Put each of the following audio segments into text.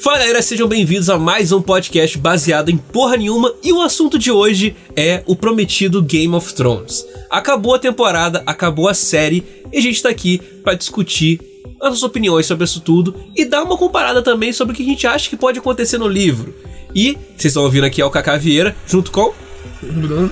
Fala galera, sejam bem-vindos a mais um podcast baseado em porra nenhuma. E o assunto de hoje é o prometido Game of Thrones. Acabou a temporada, acabou a série e a gente tá aqui pra discutir as nossas opiniões sobre isso tudo e dar uma comparada também sobre o que a gente acha que pode acontecer no livro. E vocês estão ouvindo aqui é o Kaká Vieira, junto com Bruno.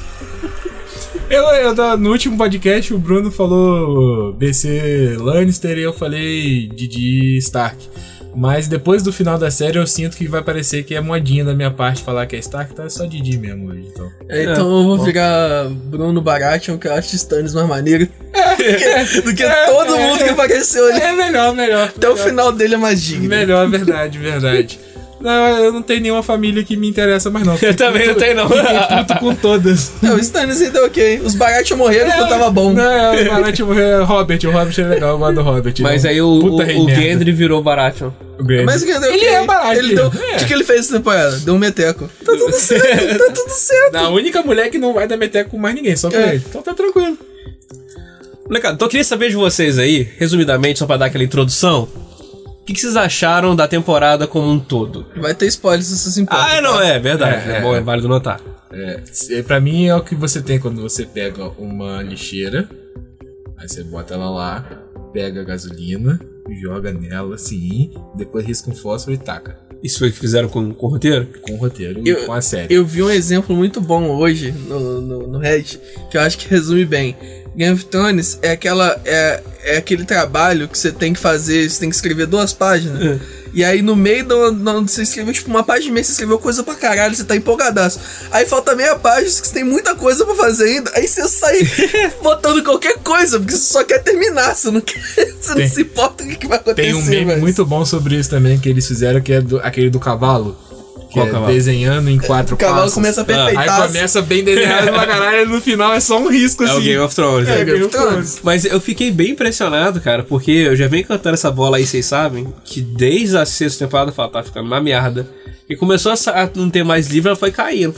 No último podcast o Bruno falou BC Lannister e eu falei Didi Stark. Mas depois do final da série eu sinto que vai parecer que é modinha da minha parte falar que é Stark, tá só Didi mesmo hoje. Então eu vou virar Bruno Baratheon, que eu acho Stannis mais maneiro do que todo mundo que apareceu ali. É melhor. Até o final dele é mais digno. Melhor, verdade. Não, eu não tenho nenhuma família que me interessa mais não. Eu também não tenho não. Fiquei puto com todas. Não, o Stannis ainda é ok. Os Baratheon morreram porque tava bom. Não, o Baratheon morreu. O Hobbit é legal, eu gosto do Hobbit. Mas aí o Gendry virou Baratheon. Mas o Gendry é ele é Baratheon. Ele deu... O que ele fez essa temporada? Deu um meteco. Tá tudo certo. A única mulher que não vai dar meteco com mais ninguém, só com ele. Então tá tranquilo. Molecada, então eu queria saber de vocês aí, resumidamente, só pra dar aquela introdução, o que vocês acharam da temporada como um todo? Vai ter spoilers se você se importa. Não, é verdade. É bom, é válido notar. Pra mim é o que você tem quando você pega uma lixeira, aí você bota ela lá, pega a gasolina, joga nela assim, depois risca um fósforo e taca. Isso foi o que fizeram com o roteiro? Com o roteiro e com a série. Eu vi um exemplo muito bom hoje no Reddit, que eu acho que resume bem. Game of Thrones é aquele trabalho que você tem que fazer, você tem que escrever 2 páginas. E aí no meio você escreveu tipo uma página e meia, você escreveu coisa pra caralho, você tá empolgadaço. Aí falta meia página, que você tem muita coisa pra fazer ainda. Aí você sai botando qualquer coisa, porque você só quer terminar, você não se importa o que vai acontecer. Tem um meme muito bom sobre isso também que eles fizeram, que é aquele do cavalo. Qual cavalo? Desenhando em 4 passos. O cavalo começa a perfeitar. Aí começa bem desenhado pra caralho e no final é só um risco assim. É o Game of Thrones. É Game of Thrones. Mas eu fiquei bem impressionado, cara, porque eu já venho cantando essa bola aí, vocês sabem, que desde a 6ª temporada eu falo, tá ficando uma merda. E começou a não ter mais livro, ela foi caindo.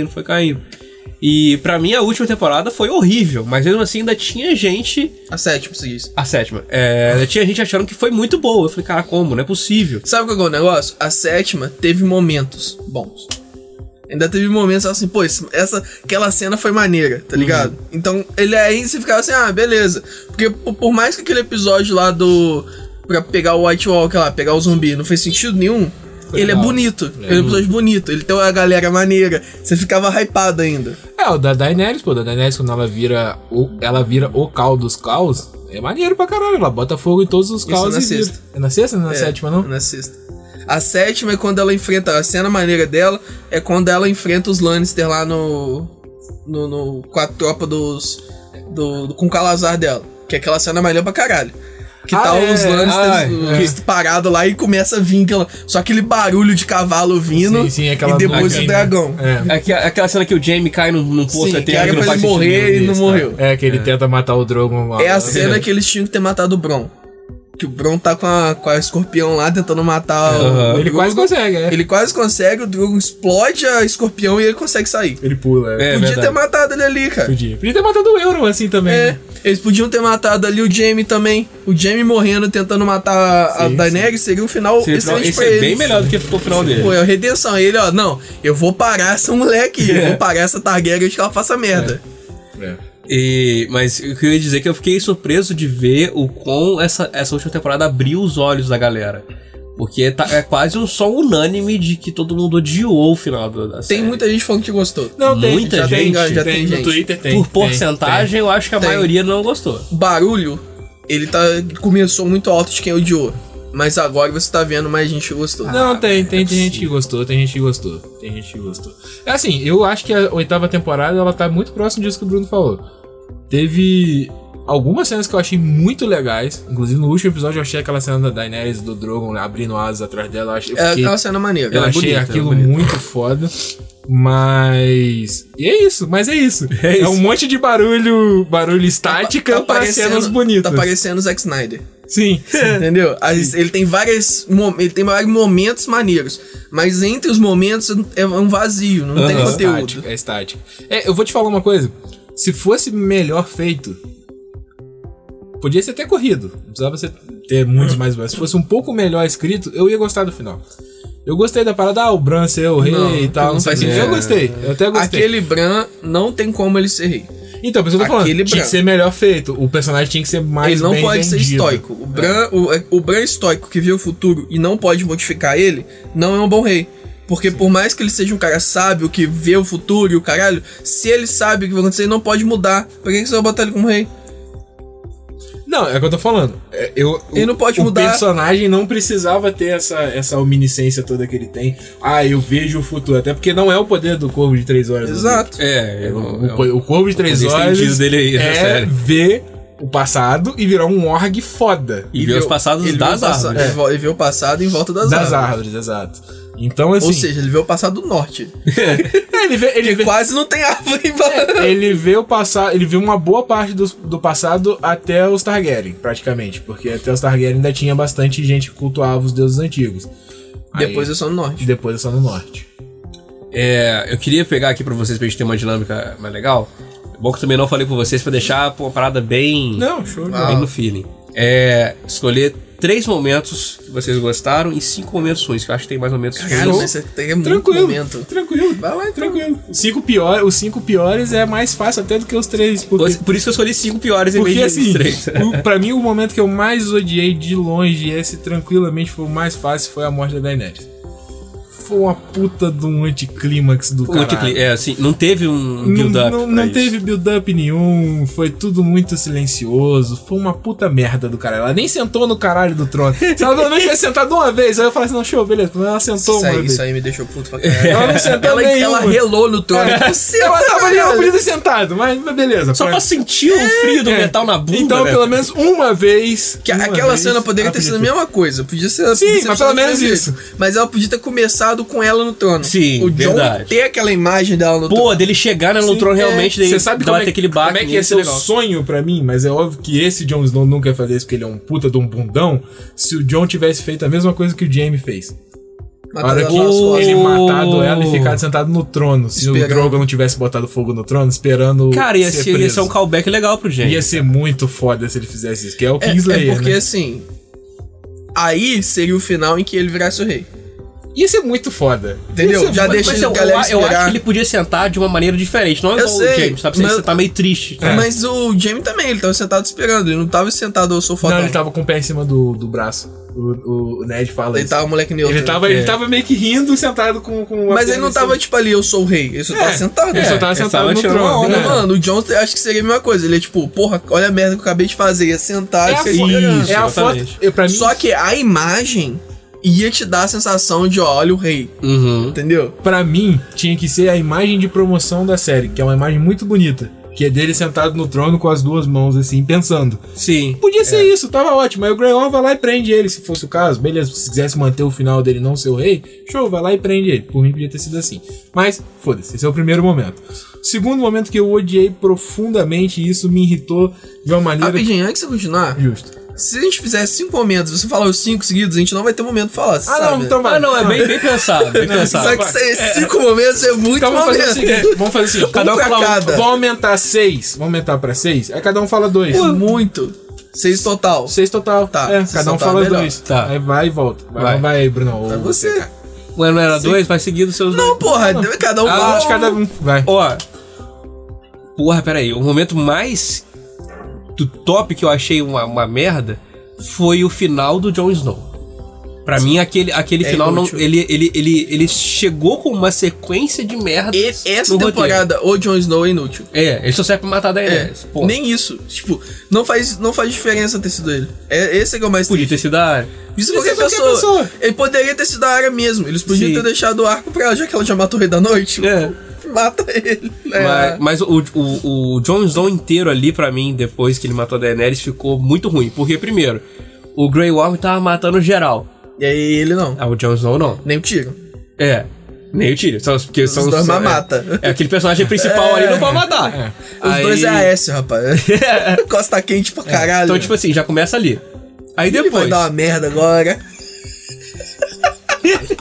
E pra mim a última temporada foi horrível, mas mesmo assim ainda tinha gente... A 7ª, se diz. A 7ª. Ainda tinha gente achando que foi muito boa. Eu falei, cara, como? Não é possível. Sabe qual é o negócio? A 7ª teve momentos bons. Ainda teve momentos assim, pô, aquela cena foi maneira, tá ligado? Então, ele aí você ficava assim, beleza. Porque por mais que aquele episódio lá pra pegar o White Walker lá, pegar o zumbi, não fez sentido nenhum, ele é bonito. Ele é um episódio bonito. Ele tem uma galera maneira. Você ficava hypado ainda. O da Daenerys, pô. Da Daenerys, quando ela vira o caos dos caos, é maneiro pra caralho. Ela bota fogo em todos os caos. Isso é na 6ª. É na 6ª? Não é na 7ª, não? É na 6ª. A 7ª é quando ela enfrenta... A cena maneira dela é quando ela enfrenta os Lannister lá com a tropa com o Calazar dela. Que é aquela cena maneira pra caralho. Que tá os Lannisters parados lá e começa a vir só aquele barulho de cavalo vindo. Sim, e depois o dragão. Aquela cena que o Jaime cai num poço que era pra ele morrer e não morreu. Que ele tenta matar o Drogon. É a cena que eles tinham que ter matado o Bronn. Que o Bronn tá com a escorpião lá tentando matar o ele quase consegue, Ele quase consegue, o Drogon explode a escorpião e ele consegue sair. Ele pula, Podia ter matado ele ali, cara. Podia ter matado o Euron assim também. Eles podiam ter matado ali o Jaime também. O Jaime morrendo, tentando matar a Daenerys, seria um final excelente pra ele. Bem melhor do que ficou o final dele. Pô, é a redenção. Ele, não, eu vou parar essa moleque, eu vou parar essa Targaryen que ela faça merda. Mas eu queria dizer que eu fiquei surpreso de ver o quão essa última temporada abriu os olhos da galera. Porque é quase um som unânime de que todo mundo odiou o final da série. Tem muita gente falando que gostou. Não, tem muita gente. Já tem gente. No Twitter tem. Por porcentagem, eu acho que a maioria não gostou. Barulho, ele começou muito alto de quem odiou. Mas agora você tá vendo mais gente que gostou. Não, tem gente que gostou, tem gente que gostou. É assim, eu acho que a 8ª temporada, ela tá muito próximo disso que o Bruno falou. Teve algumas cenas que eu achei muito legais. Inclusive no último episódio eu achei aquela cena da Daenerys do Drogon abrindo asas atrás dela. Aquela cena maneira. Eu achei aquilo muito foda. Mas... é isso. É um monte de barulho estática pra cenas bonitas. Tá parecendo o Zack Snyder. Sim. Entendeu? Ele tem vários momentos maneiros. Mas entre os momentos é um vazio, não tem conteúdo. É estático. Eu vou te falar uma coisa. Se fosse melhor feito... Podia ser até corrido. Não precisava ter muitos mais. Se fosse um pouco melhor escrito, eu ia gostar do final. Eu gostei da parada, o Bran ser o rei e tal. Não faz sentido. Eu gostei. Eu até gostei. Aquele Bran não tem como ele ser rei. Então, por isso que eu tô falando, Aquele tinha que ser melhor feito. O personagem tinha que ser mais Ele não bem pode ser vendido. estoico. O Bran estoico que vê o futuro e não pode modificar ele, não é um bom rei. Porque por mais que ele seja um cara sábio, que vê o futuro e o caralho, se ele sabe o que vai acontecer, ele não pode mudar. Pra que você vai botar ele como rei? Não, é o que eu tô falando. Ele não pode mudar. O personagem não precisava ter essa omnisciência toda que ele tem. Eu vejo o futuro. Até porque não é o poder do Corvo de 3 horas. Exato. O Corvo de 3 horas dele aí, é ver o passado e virar um org foda. E ver os passados das árvores. Ele vê o passado em volta das árvores. Exato. Então, assim... Ou seja, ele vê o passado do norte. ele vê quase não tem árvore em volta. Ele vê o passado, ele vê uma boa parte do passado até os Targaryen, praticamente. Porque até os Targaryen ainda tinha bastante gente que cultuava os deuses antigos. Depois é só no norte. Depois é só no norte. Eu queria pegar aqui pra vocês, pra gente ter uma dinâmica mais legal. É bom que eu também não falei com vocês, pra deixar uma parada bem... Não, show. Bem no feeling. Escolher 3 momentos que vocês gostaram e 5 momentos ruins, que eu acho que tem mais momentos ruins. Cara, mas você tem muito momento. Tranquilo. Vai lá, então. Tranquilo. Os 5 piores é mais fácil até do que os 3. Por isso que eu escolhi 5 piores em vez de assim, 3. Pra mim, o momento que eu mais odiei de longe, esse tranquilamente foi o mais fácil, foi a morte da Daenerys. Foi uma puta de um anticlímax do caralho. Assim, não teve um build-up. Não teve build-up nenhum, foi tudo muito silencioso, foi uma puta merda do caralho. Ela nem sentou no caralho do trono. Se ela pelo menos tivesse sentado uma vez, aí eu falei assim, não, show, beleza, mas ela sentou uma vez. Isso aí me deixou puto pra caralho. Ela não sentou Ela relou no trono. Ela tava ali, ela podia ter sentado, mas beleza. Só pra sentir o frio do metal na bunda, então, né? pelo menos uma vez... Aquela cena poderia ter sido a mesma coisa. Podia ser... Sim, mas pelo menos isso. Mas ela podia ter começado com ela no trono. Sim, o Jon verdade. ter aquela imagem dela no trono. Pô, dele chegar no trono realmente, Você sabe como é, aquele baque. Como é que ia ser o sonho pra mim? Mas é óbvio que esse Jon Snow nunca ia fazer isso porque ele é um puta de um bundão. Se o Jon tivesse feito a mesma coisa que o Jaime fez. Na hora que ele matado ela e ficado sentado no trono. Se o Drogon não tivesse botado fogo no trono, esperando. Cara, ia ser um callback legal pro Jaime. Ia ser muito foda se ele fizesse isso, que é o Kingslayer. Porque né? assim. Aí seria o final em que ele virasse o rei. Ia ser muito foda. Entendeu? Já deixa a galera esperar. Eu acho que ele podia sentar de uma maneira diferente. Não é igual o Jaime, sabe? Você tá meio triste. Mas o Jaime também, ele tava sentado esperando. Ele não tava sentado ao sofá. Não, ele tava com o pé em cima do braço. O Ned fala ele isso. Ele tava moleque neutro. Ele tava meio que rindo, sentado com mas ele não tava tipo ali, eu sou o rei. Ele só tava sentado. Ele só tava sentado no trono. Mano, o Jon acho que seria a mesma coisa. Ele é tipo, porra, olha a merda que eu acabei de fazer. Ia sentar e ficar esperando. É a foto. Só que a imagem ia te dar a sensação de, olha o rei. Entendeu? Pra mim, tinha que ser a imagem de promoção da série, que é uma imagem muito bonita. Que é dele sentado no trono com as duas mãos, assim, pensando. Sim. Podia ser isso, tava ótimo. Aí o Grey Worm vai lá e prende ele, se fosse o caso. Beleza, se quisesse manter o final dele não ser o rei, show, vai lá e prende ele. Por mim podia ter sido assim. Mas, foda-se, esse é o primeiro momento. Segundo momento que eu odiei profundamente, e isso me irritou de uma maneira... Rapidinho, antes de você continuar... Justo. Se a gente fizer 5 momentos, você falar os 5 seguidos, a gente não vai ter momento pra falar, sabe? Não, então vai. Não, é bem pensado, bem pensado. Só que 5 momentos é muito então vamos fazer o seguinte, vamos fazer assim, cada um pra cada. Vamos aumentar 6, vamos aumentar pra 6, aí cada um fala 2. Muito. 6 total. 6 total. Tá. Cada um fala 2. Tá. Aí vai e volta. Vai Bruno. Vai você. Ué, não era 2? Vai seguindo os seus... Não, porra, cada um fala. De cada um. Vai. Ó. Porra, peraí. O momento mais do top que eu achei uma merda foi o final do Jon Snow. Pra mim, aquele final não. Ele chegou com uma sequência de merda. Essa temporada, o Jon Snow é inútil. Ele só serve pra matar a Daenerys. Nem isso. Tipo, não faz diferença ter sido ele. Esse é que é o mais Podia ter sido a Arya. Isso qualquer pessoa. Ele poderia ter sido a Arya mesmo. Eles podiam ter deixado o arco pra ela, já que ela já matou o Rei da Noite. Mata ele. Mas o Jon Snow inteiro ali, pra mim, depois que ele matou a Daenerys, ficou muito ruim. Porque, primeiro, o Grey Worm tava matando geral. E aí ele não. O Jon Snow não. Nem o Tiro. Nem o Tiro. Porque os dois mata. Aquele personagem principal ali não pode matar. Os dois é Aécio, rapaz. Costa quente pra caralho. Então, tipo assim, já começa ali. Aí depois... Ele vai dar uma merda agora.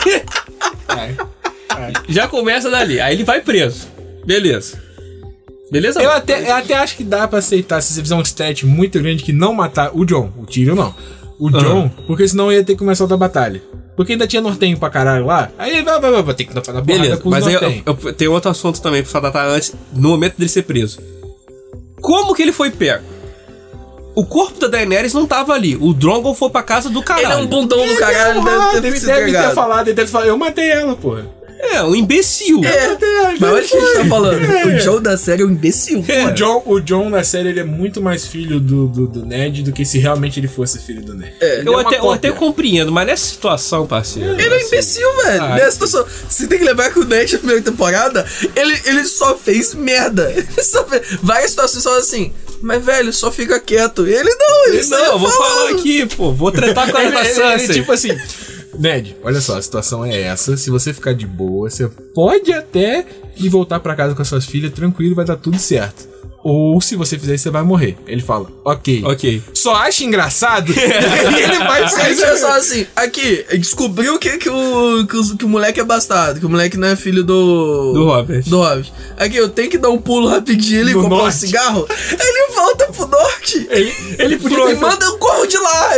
Já começa dali. Aí ele vai preso. Beleza. Beleza? Eu até acho que dá pra aceitar se você fizer um stat muito grande que não matar o Jon, o Tyrion não. O Jon, porque senão ia ter que começar outra batalha. Porque ainda tinha nortenho pra caralho lá. Aí vai ter que dar porrada beleza, com os mas aí nortenho. eu tenho outro assunto também pra tratar antes, no momento dele ser preso. Como que ele foi pego? O corpo da Daenerys não tava ali. O Drogon foi pra casa do caralho. Ele é um bundão do caralho, Ele deve ter falado, eu matei ela, porra. É, um imbecil. Mas olha o que a gente tá falando. O Jon da série é um imbecil. O Jon na série ele é muito mais filho do Ned do que se realmente ele fosse filho do Ned. Eu até compreendo, mas nessa situação, parceiro. Ele é um imbecil, velho. Nessa situação, você tem que lembrar que o Ned na primeira temporada, ele só fez merda. Várias situações só assim. Mas, velho, só fica quieto. Ele não, eu vou falar aqui, pô. Vou tretar com a Sansa. Tipo assim, Ned, olha só, a situação é essa. Se você ficar de boa, você pode até ir voltar pra casa com as suas filhas tranquilo, vai dar tudo certo. Ou se você fizer isso, você vai morrer. Ele fala, ok. Só acha engraçado? E ele vai sair. Aí só assim, aqui, descobriu que o moleque é bastardo, que o moleque não é filho do Robert. Aqui, eu tenho que dar um pulo rapidinho ali e comprar um cigarro. Ele volta pro norte. Ele podia ter manda um corro de lá. E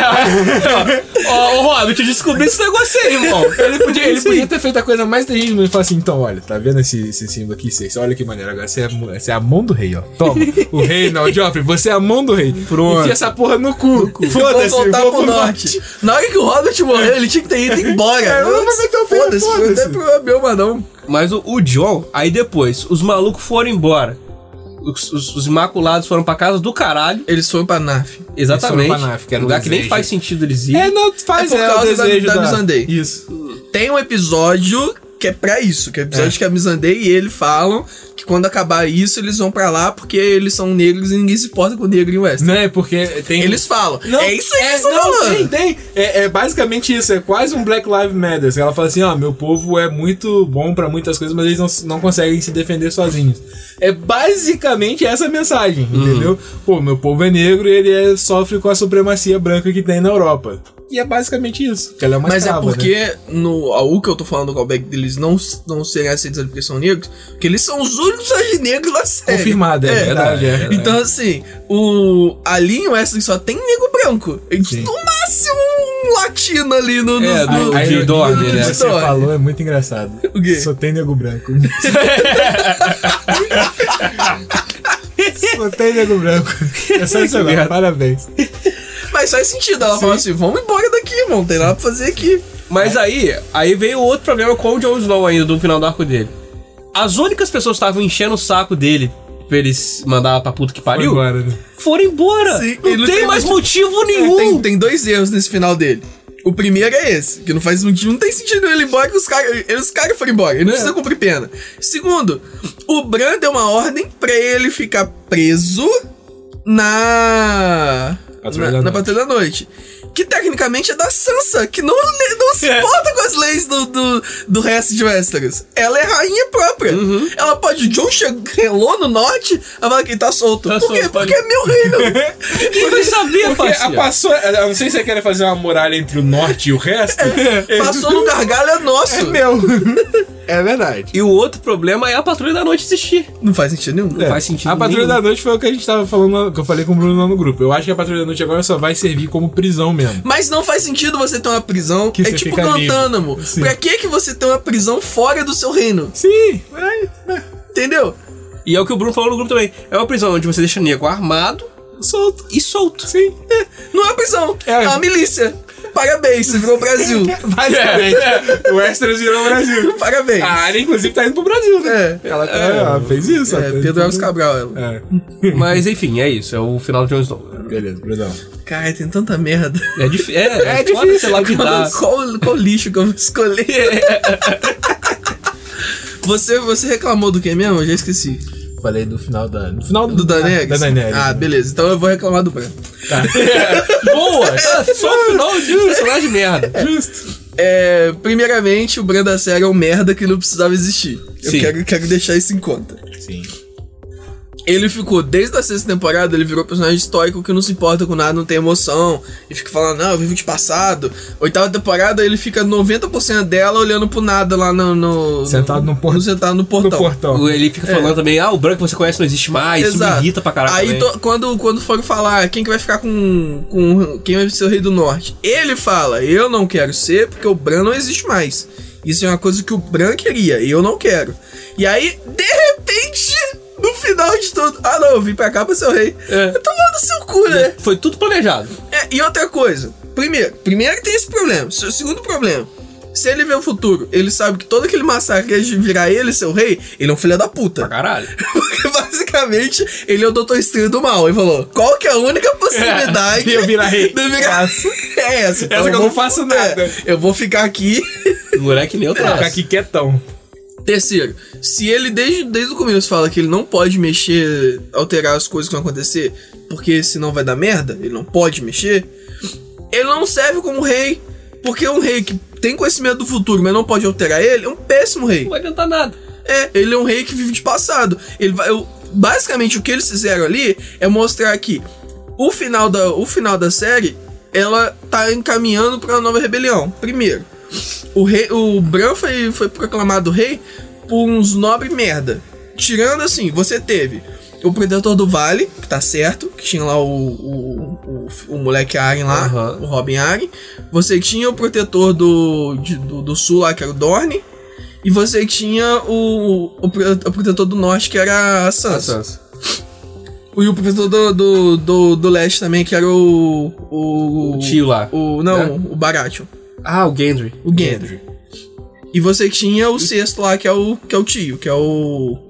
vai Ô, Robert, eu descobri esse negócio aí, irmão. Ele podia ter feito a coisa mais terrível e falar assim, então, olha, tá vendo esse símbolo aqui? Olha que maneiro, agora você é a mão do rei. Ó. Toma, o rei não, Joffrey, você é a mão do rei. Pronto. Enfia essa porra no cu. Foda-se, voltar pro norte. Na hora que o Robert morreu, ele tinha que ter ido embora. Foda-se, não tem problema meu, mas não. Mas o Jon, aí depois, os malucos foram embora. Os Imaculados foram pra casa do caralho. Eles foram pra Naf. Exatamente. Pra Naf, que era um lugar que nem faz sentido eles irem. Não faz, por causa da Missandei. Isso. Tem um episódio que é pra isso, que é o episódio que a Missandei e ele falam que quando acabar isso, eles vão pra lá porque eles são negros e ninguém se importa com negro em Westeros. Não, é porque tem... Eles falam. Não, é isso aí que eles estão falando. Tem. É basicamente isso, é quase um Black Lives Matter. Ela fala assim, meu povo é muito bom pra muitas coisas, mas eles não conseguem se defender sozinhos. É basicamente essa mensagem, entendeu? Pô, meu povo é negro e ele sofre com a supremacia branca que tem na Europa. E é basicamente isso, que ela é uma Mas escrava, é porque, né? O que eu tô falando do callback deles não serem aceitos porque são negros, porque eles são os únicos negros da série. Confirmado, é verdade. Então, assim, ali em Westeros só tem negro branco. No máximo um latino ali no de dorme, né? Você falou, é muito engraçado. O quê? Só tem nego branco. Só tem nego branco. É só isso agora, parabéns. Mas faz sentido, ela fala assim, vamos embora daqui, irmão, não tem nada pra fazer aqui. Mas aí veio outro problema com o Jon Snow ainda, do final do arco dele. As únicas pessoas que estavam enchendo o saco dele pra eles mandar pra puta que pariu, foram embora. Sim, não tem mais motivo nenhum. Tem dois erros nesse final dele. O primeiro é esse, que não faz motivo, não tem sentido ele ir embora, que os caras foram embora, ele não precisa cumprir pena. Segundo, o Bran deu uma ordem pra ele ficar preso na Patrulha da Noite. Que tecnicamente é da Sansa, que não se importa com as leis do resto de Westeros. Ela é rainha própria. Ela pode... O Jon relou no norte, ela fala que tá solto. Por quê? Porque é meu reino. Quem vai saber, passou. Eu não sei se você quer fazer uma muralha entre o norte e o resto. Passou no gargalho, é nosso. É meu. É verdade. E o outro problema é a Patrulha da Noite existir. Não faz sentido nenhum. Não faz sentido nenhum. A Patrulha da Noite foi o que a gente tava falando, que eu falei com o Bruno lá no grupo. Eu acho que a Patrulha da Noite agora só vai servir como prisão mesmo. Mas não faz sentido você ter uma prisão. Que é tipo Guantánamo. Pra que você ter uma prisão fora do seu reino? Sim. Entendeu? E é o que o Bruno falou no grupo também. É uma prisão onde você deixa nego armado, solto. Sim. Não é uma prisão. É uma milícia. Parabéns, você virou o Brasil. Basicamente. O Westeros virou o Brasil. Parabéns. A área, inclusive, tá indo pro Brasil, né? Ela fez isso. Pedro Alves Cabral, ela. Mas, enfim, é isso. É o final de Jon Snow. Beleza, Brunão. Cara, tem tanta merda. É difícil sei lá que dá. Qual lixo que eu vou escolher? Você reclamou do que mesmo? Eu já esqueci. Falei do final do Daenerys? Da Daenerys. Ah, beleza. Então eu vou reclamar do Bran. Tá. Boa! Só o final de personagem merda. Justo. Primeiramente, o Bran da série é um merda que não precisava existir. Eu quero deixar isso em conta. Sim. Ele ficou, desde a 6ª temporada, ele virou personagem histórico que não se importa com nada, não tem emoção. E fica falando, não, eu vivo de passado. 8ª temporada, ele fica 90% dela olhando pro nada lá no sentado no portão. No portão. Ele fica falando também, o branco que você conhece não existe mais. Exato. Isso me irrita pra caralho. Aí quando foram falar quem que vai ficar com quem vai ser o Rei do Norte, ele fala, eu não quero ser porque o Bran não existe mais. Isso é uma coisa que o Bran queria, eu não quero. E aí, de repente, no final de tudo, não, eu vim pra cá pra ser o rei. Eu tô lá no seu cu, né? Foi tudo planejado. E outra coisa, primeiro que tem esse problema. Segundo problema, se ele vê o futuro, ele sabe que todo aquele massacre de virar ele seu rei, ele é um filho da puta. Pra caralho. Porque basicamente, ele é o Doutor Estranho do mal. Ele falou, qual que é a única possibilidade de eu virar rei? De eu virar... É essa. Então essa que eu não faço nada. Eu vou ficar aqui... Moleque neutro. Ficar aqui quietão. Terceiro, se ele desde o começo fala que ele não pode mexer, alterar as coisas que vão acontecer, porque senão vai dar merda, ele não pode mexer, ele não serve como rei, porque um rei que tem conhecimento do futuro, mas não pode alterar ele, é um péssimo rei. Não vai adiantar nada. Ele é um rei que vive de passado. Basicamente, o que eles fizeram ali é mostrar que o final da série, ela tá encaminhando pra uma nova rebelião. Primeiro, o Bran foi proclamado rei por uns nobres merda. Tirando assim, você teve o Protetor do Vale, que tá certo, que tinha lá o moleque Arryn lá, o Robin Arryn. Você tinha o Protetor do Sul lá, que era o Dorne. E você tinha o Protetor do Norte, que era a Sansa. E o Protetor do Leste também, que era o tio lá. O Baratheon. O Gendry. O Gendry. E você tinha o sexto lá, que é o tio, que é o...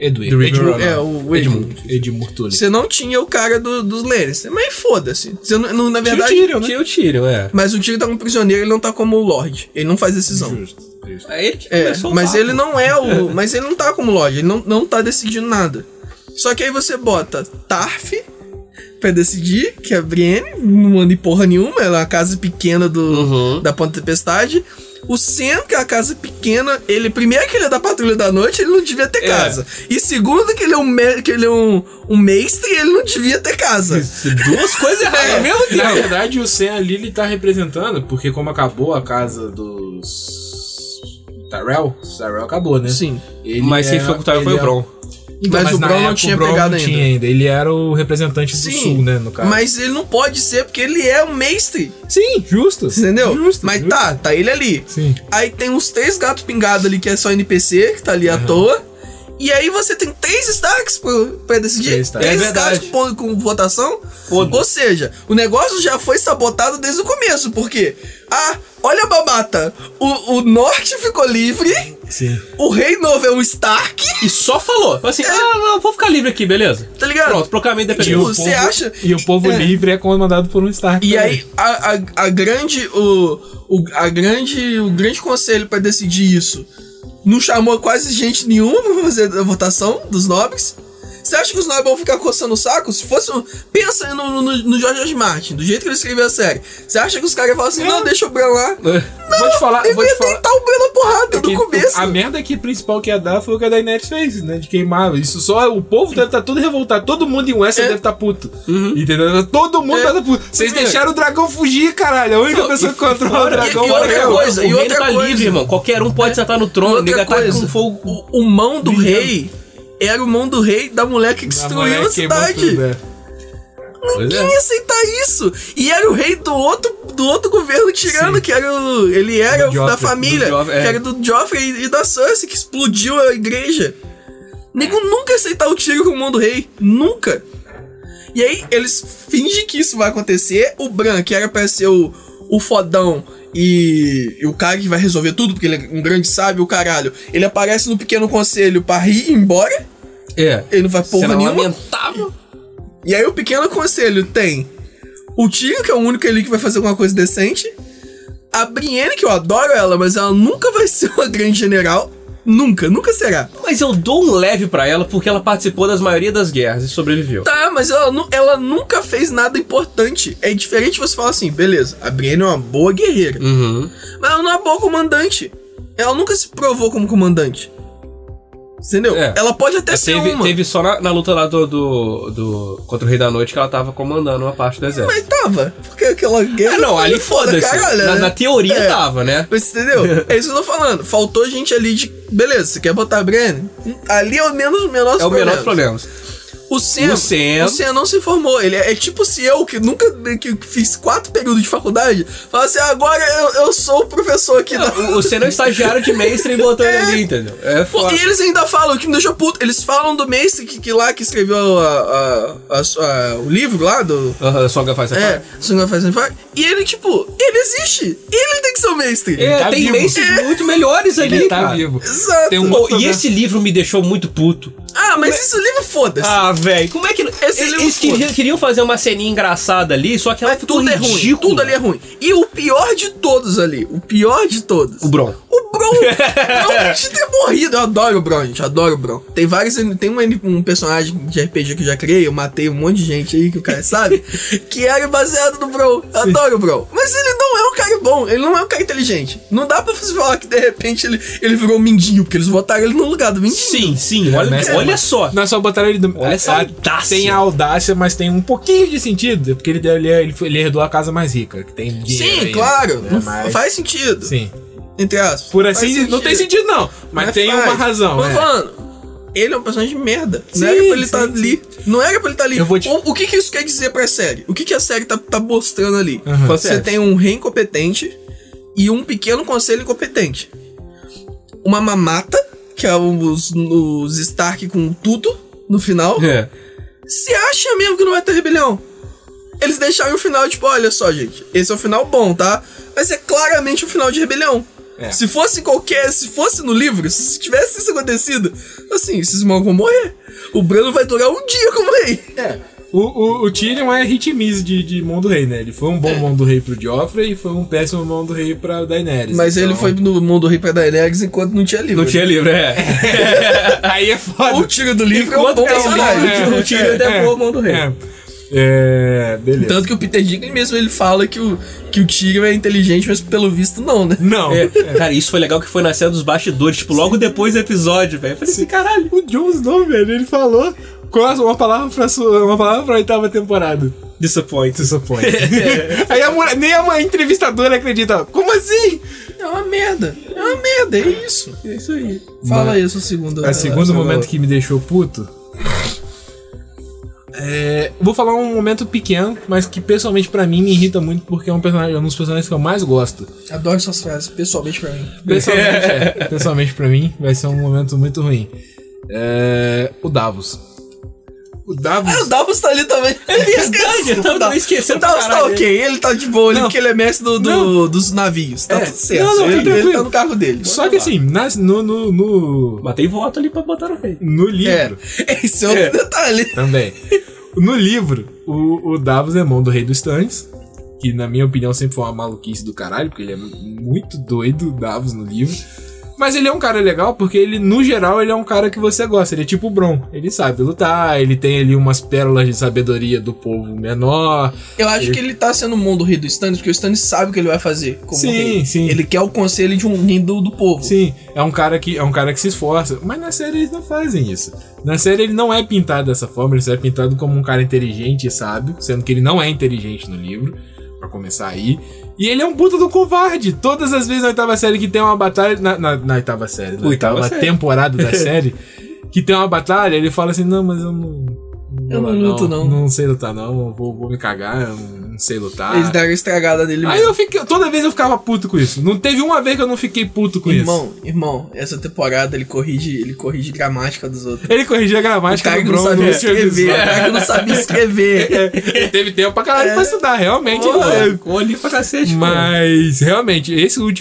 Edmure Tully. Você não tinha o cara dos Lannister, mas foda-se. Na verdade... Tinha o Tyrion, Mas o Tyrion tá como prisioneiro, ele não tá como Lorde. Ele não faz decisão. Justo. É ele que começou mas ele não é o... Mas ele não tá como Lorde, ele não tá decidindo nada. Só que aí você bota Tarth pra decidir, que é a Brienne, não manda em porra nenhuma, ela é uma casa pequena da Ponta da Tempestade. O Sam, que é a casa pequena, primeiro que ele é da Patrulha da Noite, ele não devia ter casa. E segundo que ele é um mestre, ele não devia ter casa. Duas coisas erradas ao mesmo tempo. Na verdade, o Sam ali, ele tá representando, porque como acabou a casa dos Tyrell acabou, né? Sim. Mas quem foi com o Tyrell foi o Bron. Então, mas o Bron não tinha pegado ainda. Ele era o representante do Sul, né, no caso. Mas ele não pode ser, porque ele é um mestre. Sim, justo. Entendeu? Justo, mas justo. Tá ele ali. Sim. Aí tem uns 3 gatos pingados ali, que é só NPC, que tá ali à toa. E aí você tem 3 Starks pra decidir. 3 Starks com votação. Foda. Ou seja, o negócio já foi sabotado desde o começo, porque... olha a babata. O norte ficou livre. Sim. O rei novo é um Stark. E só falou. Assim, não, vou ficar livre aqui, beleza? Tá ligado? Pronto, proclamei independência. Você acha... E o povo livre é comandado por um Stark. E também. aí, o grande conselho pra decidir isso não chamou quase gente nenhuma pra fazer a votação dos nobres. Você acha que os nobres vão ficar coçando o saco? Se fosse pensa no George R. Martin, do jeito que ele escreveu a série. Você acha que os caras iam falar assim, não, deixa o Bran lá? Não, vou te falar. Ele ia tentar o Bran na porrada no começo. A merda que principal que ia dar foi o que a Daenerys fez, né? De queimar. Isso só, o povo deve estar todo revoltado. Todo mundo em Westeros deve estar puto. Entendeu? Todo mundo deve estar puto. Vocês deixaram o dragão fugir, caralho. A única pessoa que controla o dragão o reino tá livre, irmão. Qualquer um pode sentar no trono. Nega tá com fogo. O mão do rei era o mão do rei da mulher que destruiu a cidade. Ninguém ia aceitar isso. E era o rei do outro governo tirano, que era ele era da família, que era do Joffrey e da Cersei, que explodiu a igreja. Nego nunca ia aceitar o tiro com o mão do rei. Nunca. E aí eles fingem que isso vai acontecer. O Bran, que era pra ser o fodão e o cara que vai resolver tudo, porque ele é um grande sábio, o caralho, ele aparece no pequeno conselho pra rir e ir embora. Ele não vai porra nenhuma. Lamentável. E aí o pequeno conselho tem o Tyrion, que é o único ali que vai fazer alguma coisa decente. A Brienne, que eu adoro ela, mas ela nunca vai ser uma grande general. Nunca será. Mas eu dou um leve pra ela porque ela participou das maioria das guerras e sobreviveu. Tá, mas ela nunca fez nada importante. É diferente você falar assim, beleza, a Brienne é uma boa guerreira. Mas ela não é uma boa comandante. Ela nunca se provou como comandante. Entendeu? Ela pode até ser uma. Teve só na luta lá contra o Rei da Noite que ela tava comandando uma parte do exército. Mas tava. Porque aquela guerra... não, ali foda-se. Na teoria tava, né? Mas entendeu? É isso que eu tô falando. Faltou gente ali de... Beleza, você quer botar a Brenner? Ali é o menor dos problemas. É o menor dos problemas. O Sam não se formou. Ele é tipo se eu, que nunca que fiz 4 períodos de faculdade, fala assim, agora eu sou o professor aqui. O Sam é um estagiário de mestre e botou ele ali, entendeu? E eles ainda falam, o que me deixou puto, eles falam do mestre que lá que escreveu o livro lá do... Song of Ice and Fire. Song of Ice and Fire. E ele, tipo, ele existe. Ele tem que ser o mestre. Tem mestres muito melhores ali, ele tá cara. vivo. Exato. E esse livro me deixou muito puto. Mas esse livro, foda-se. Velho, como é que... Eles queriam fazer uma ceninha engraçada ali, só que ela ficou tudo ridícula. É ruim, tudo ali é ruim. E o pior de todos ali, O Bron. O Bron de ter morrido. Eu adoro o Bron, gente, adoro o Bron. Tem vários... Tem um personagem de RPG que eu já criei, eu matei um monte de gente aí, que o cara sabe, que era baseado no Bron. Eu adoro o Bron. Mas ele não é um cara bom, ele não é um cara inteligente. Não dá pra você falar que de repente ele virou um mindinho, porque eles botaram ele no lugar do mindinho. Sim, olha só. Não é só botaram ele... Olha essa audácia. Tem a audácia, mas tem um pouquinho de sentido, porque ele herdou a casa mais rica, que tem dinheiro. Sim, claro. Faz sentido. Sim. Entre aspas. Por assim, não tem sentido não, mas tem uma razão. Tô falando, ele é um personagem de merda. Não era pra ele estar ali. Não era pra ele estar ali. O que isso quer dizer pra série? O que a série tá mostrando ali? Você tem um rei incompetente e um pequeno conselho incompetente. Uma mamata, que é os Stark com tudo no final. Se acha mesmo que não vai ter rebelião? Eles deixaram o final, tipo, olha só, gente, esse é o final bom, tá? Mas é claramente o final de rebelião. Se fosse no livro, se tivesse isso acontecido, assim, esses irmãos vão morrer. O Bran vai durar um dia como rei. O Tyrion é hit miss de mão do rei, né? Ele foi um bom mão do rei pro Joffrey e foi um péssimo mão do rei pra Daenerys. Mas então... ele foi no mão do rei pra Daenerys enquanto não tinha livro. Não tinha livro, Aí é foda. O tiro do livro é um bom personagem. O Tyrion é bom mão do rei. Beleza. Tanto que o Peter Dinklage mesmo ele fala que o Tyrion é inteligente, mas pelo visto não, né? Não. Cara, isso foi legal que foi na cena dos bastidores, tipo, logo depois do episódio, velho. Eu falei assim, caralho. O Jon Snow, velho, ele falou uma palavra pra 8ª temporada. Disappoint. Aí nem a entrevistadora acredita. Como assim? É uma merda, é isso. É isso aí. Fala isso, o segundo. O segundo momento que me deixou puto. Vou falar um momento pequeno, mas que pessoalmente pra mim me irrita muito, porque é um dos personagens que eu mais gosto. Adoro essas frases, pessoalmente pra mim. Pessoalmente pra mim vai ser um momento muito ruim. O Davos. O Davos tá ali também. Eu tava esquecendo. O Davos tá ok, ele tá de boa ali, porque ele é mestre dos navios. Tá tudo certo. Ele tá no carro dele. Só que assim, no Matei voto ali pra botar no rei. No livro. Esse é outro detalhe. Também. No livro, o Davos é mão do rei dos Stannis, que na minha opinião sempre foi uma maluquice do caralho, porque ele é muito doido, o Davos, no livro. Mas ele é um cara legal porque ele, no geral, ele é um cara que você gosta. Ele é tipo o Bron. Ele sabe lutar, ele tem ali umas pérolas de sabedoria do povo menor. Eu acho que ele tá sendo o mão do rei do Stannis, porque o Stannis sabe o que ele vai fazer como rei. Sim. Ele quer o conselho de um do povo. Sim, é um cara que se esforça. Mas na série eles não fazem isso. Na série ele não é pintado dessa forma, ele é pintado como um cara inteligente e sábio, sendo que ele não é inteligente no livro, pra começar aí. E ele é um puta do covarde. Todas as vezes na 8ª série que tem uma batalha... Na 8ª série, na 8ª temporada da série, que tem uma batalha, ele fala assim, não, mas eu não... Eu não luto, não. Não sei lutar, não. Vou me cagar, eu não sei lutar. Eles deram a estragada nele mesmo. Aí toda vez eu ficava puto com isso. Não teve uma vez que eu não fiquei puto com isso. Irmão, essa temporada ele corrige gramática dos outros. Ele corrigia a gramática do Bron. O cara que não sabia escrever. Ele teve tempo pra caralho pra estudar, realmente. Olhei pra cacete. Mas, realmente,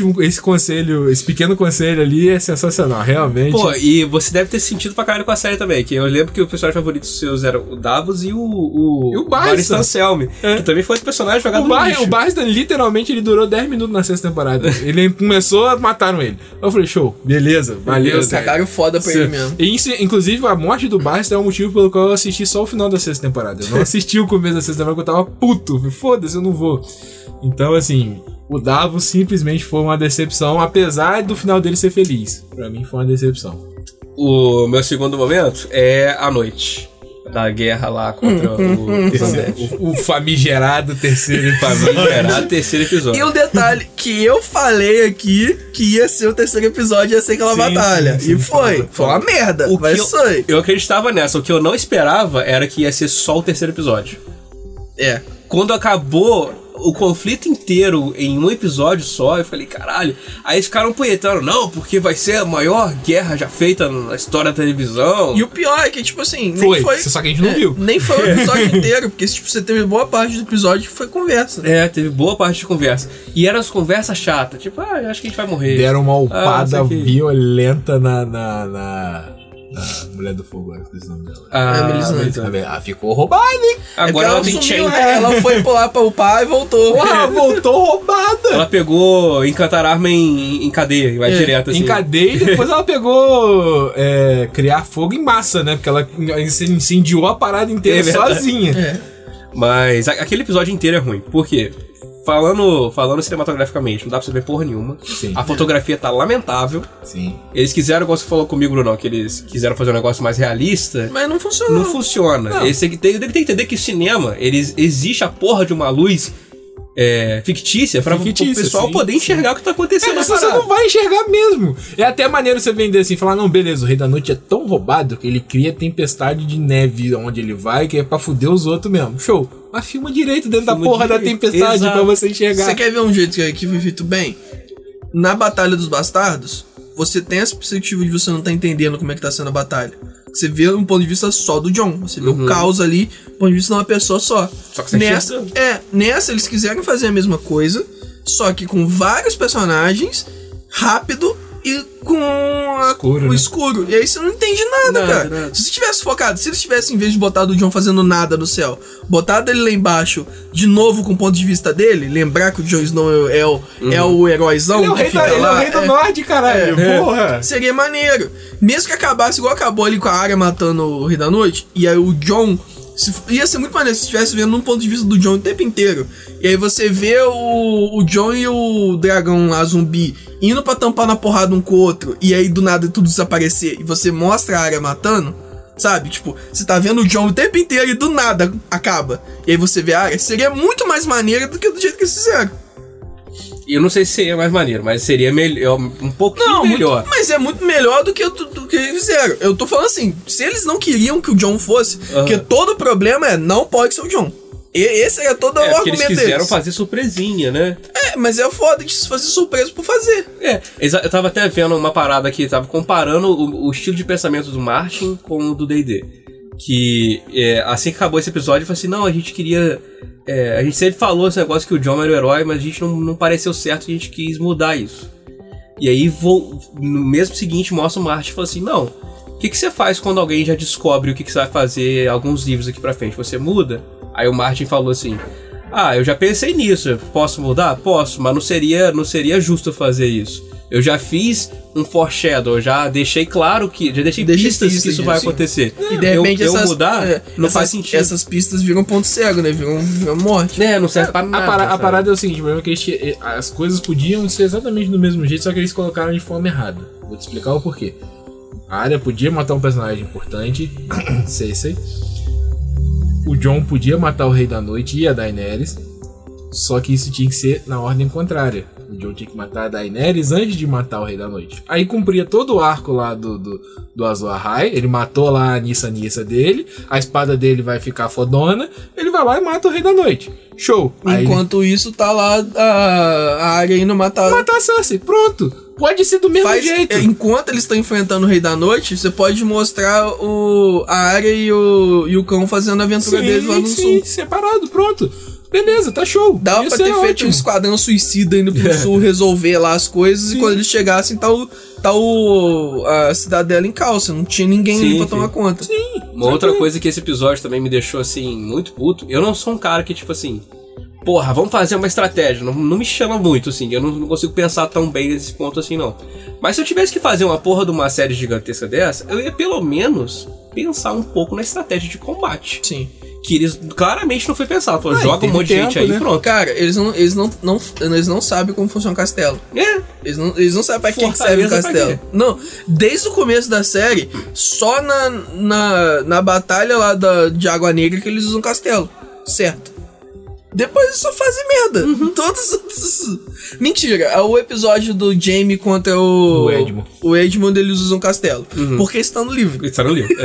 esse pequeno conselho ali é sensacional, realmente. Pô, e você deve ter sentido pra caralho com a série também, que eu lembro que o personagem favorito seus era o Davos e o Barristan Selmy, que também foi outro personagem jogado no lixo. O Barristan, literalmente, ele durou 10 minutos na 6ª temporada. Ele começou, mataram ele. Eu falei, show, beleza, valeu. Cagaram foda pra ele mesmo. E isso, inclusive, a morte do Barristan é o motivo pelo qual eu assisti só o final da 6ª temporada. Eu não assisti o começo da 6ª temporada porque eu tava puto. Foda-se, eu não vou. Então, assim, o Davos simplesmente foi uma decepção, apesar do final dele ser feliz. Pra mim foi uma decepção. O meu segundo momento é a noite. Da guerra lá contra o famigerado terceiro episódio. E o detalhe que eu falei aqui que ia ser o terceiro episódio, ia ser aquela batalha. Sim, e foi uma merda. Eu acreditava nessa. O que eu não esperava era que ia ser só o terceiro episódio. É. Quando acabou o conflito inteiro em um episódio só, eu falei, caralho. Aí eles ficaram punhetando, não, porque vai ser a maior guerra já feita na história da televisão. E o pior é que, tipo assim, nem foi. Só que a gente não viu. Nem foi o episódio inteiro, porque tipo, você teve boa parte do episódio que foi conversa. Teve boa parte de conversa. E eram as conversas chatas, tipo, acho que a gente vai morrer. Deram uma upada violenta na Mulher do Fogo, agora que é o nome dela. Melisandre. Ficou roubada, hein? Agora ela tem chain. Ela foi pular pra upar e voltou. Voltou roubada. Ela pegou encantar arma em cadeia e vai direto assim. Em cadeia e depois ela pegou criar fogo em massa, né? Porque ela incendiou a parada inteira sozinha. Mas aquele episódio inteiro é ruim. Por quê? Falando cinematograficamente, não dá pra você ver porra nenhuma. Sim. A fotografia tá lamentável. Sim. Eles quiseram, como você falou comigo, Bruno, que eles quiseram fazer um negócio mais realista. Mas não funcionou. Não funciona. Não. Tem que entender que cinema, existe a porra de uma luz fictícia pra o pessoal poder enxergar o que tá acontecendo. Mas você não vai enxergar mesmo. É até maneiro você vender assim, falar, não, beleza, o Rei da Noite é tão roubado que ele cria tempestade de neve onde ele vai, que é pra fuder os outros mesmo. Show. Mas filma direito dentro da porra da tempestade pra você enxergar. Você quer ver um jeito que foi feito bem? Na Batalha dos Bastardos, você tem essa perspectiva de você não tá entendendo como é que tá sendo a batalha. Você vê um ponto de vista só do Jon. Você vê o caos ali, um ponto de vista de uma pessoa só. Só que nessa eles quiseram fazer a mesma coisa, só que com vários personagens, rápido e com o escuro. E aí você não entende nada, cara. Nada. Se você tivesse focado, se eles tivessem, em vez de botar o Jon fazendo nada no céu, botado ele lá embaixo, de novo com o ponto de vista dele, lembrar que o Jon Snow é o heróizão que fica lá. Ele é o rei do norte, caralho. Porra. Seria maneiro. Mesmo que acabasse igual acabou ali com a Arya matando o Rei da Noite, e aí o Jon... Ia ser muito maneiro se estivesse vendo um ponto de vista do Jon o tempo inteiro. E aí você vê o Jon e o dragão lá, zumbi, indo pra tampar na porrada um com o outro, e aí do nada tudo desaparecer, e você mostra a Arya matando, sabe? Tipo, você tá vendo o Jon o tempo inteiro e do nada acaba. E aí você vê a Arya. Seria muito mais maneiro do que do jeito que eles fizeram. Eu não sei se seria mais maneiro, mas seria melhor, um pouquinho melhor. Mas é muito melhor do que eles fizeram. Eu tô falando assim, se eles não queriam que o Jon fosse, porque todo o problema não pode ser o Jon. Esse era todo o argumento deles. Eles quiseram fazer surpresinha, né? Mas é foda de fazer surpresa por fazer. Eu tava até vendo uma parada aqui, tava comparando o estilo de pensamento do Martin com o do D&D. Que assim que acabou esse episódio, eu falei assim, não, a gente queria... a gente sempre falou esse negócio que o Jon era o herói, mas a gente não pareceu certo e a gente quis mudar isso. E aí, no mesmo seguinte, mostra o Martin e fala assim, não, o que você faz quando alguém já descobre o que você vai fazer alguns livros aqui pra frente? Você muda? Aí o Martin falou assim, eu já pensei nisso, posso mudar? Posso, mas não seria justo fazer isso. Eu já fiz um foreshadow, eu já deixei claro que... Já deixei pistas que isso vai acontecer. E de repente eu mudar, não faz sentido. Essas pistas viram ponto cego, né? Viram morte. Não serve pra nada. A parada é o seguinte, o que as coisas podiam ser exatamente do mesmo jeito, só que eles colocaram de forma errada. Vou te explicar o porquê. A Arya podia matar um personagem importante, Cersei. O Jon podia matar o Rei da Noite e a Daenerys, só que isso tinha que ser na ordem contrária. O Jon tinha que matar a Daenerys antes de matar o Rei da Noite. Aí cumpria todo o arco lá do Azor Ahai. Ele matou lá a Nissa dele. A espada dele vai ficar fodona. Ele vai lá e mata o Rei da Noite. Show. Enquanto isso, tá lá a Arya indo matar a Cersei. Pronto. Pode ser do mesmo jeito. Enquanto eles estão enfrentando o Rei da Noite, você pode mostrar a Arya e o cão fazendo a aventura deles lá no sul. Separado. Pronto. Beleza, tá show. Dá pra ter feito um esquadrão suicida indo pro sul resolver lá as coisas. E quando eles chegassem, a cidadela em calça. Não tinha ninguém ali pra tomar conta. Uma outra coisa que esse episódio também me deixou, assim, muito puto. Eu não sou um cara que, tipo assim... Porra, vamos fazer uma estratégia. Não me chama muito, assim. Eu não consigo pensar tão bem nesse ponto assim, não. Mas se eu tivesse que fazer uma porra de uma série gigantesca dessa, eu ia pelo menos pensar um pouco na estratégia de combate. Sim. que eles claramente não foi pensado. Falou, joga um monte de gente aí, pronto. Cara, eles não sabem como funciona o castelo. Eles não sabem pra que serve o castelo. Não, desde o começo da série, só na batalha lá de Água Negra que eles usam castelo. Certo. Depois eles só fazem merda. Todos os... Mentira, o episódio do Jaime contra o Edmund, eles usam castelo. Porque está no livro. Está no livro,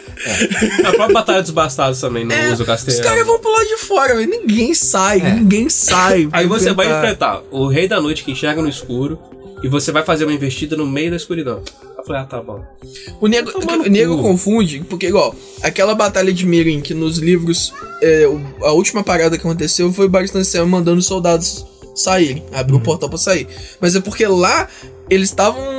A própria Batalha dos Bastardos também não usa o castelo. Os caras vão pro lado de fora, velho. Ninguém sai. Aí você vai enfrentar o Rei da Noite que enxerga no escuro e você vai fazer uma investida no meio da escuridão. Eu falei, tá bom. O nego confunde, porque igual, aquela batalha de Meereen que nos livros, a última parada que aconteceu foi o Barristan Selmy mandando os soldados saírem, abrir o portal pra sair. Mas é porque lá eles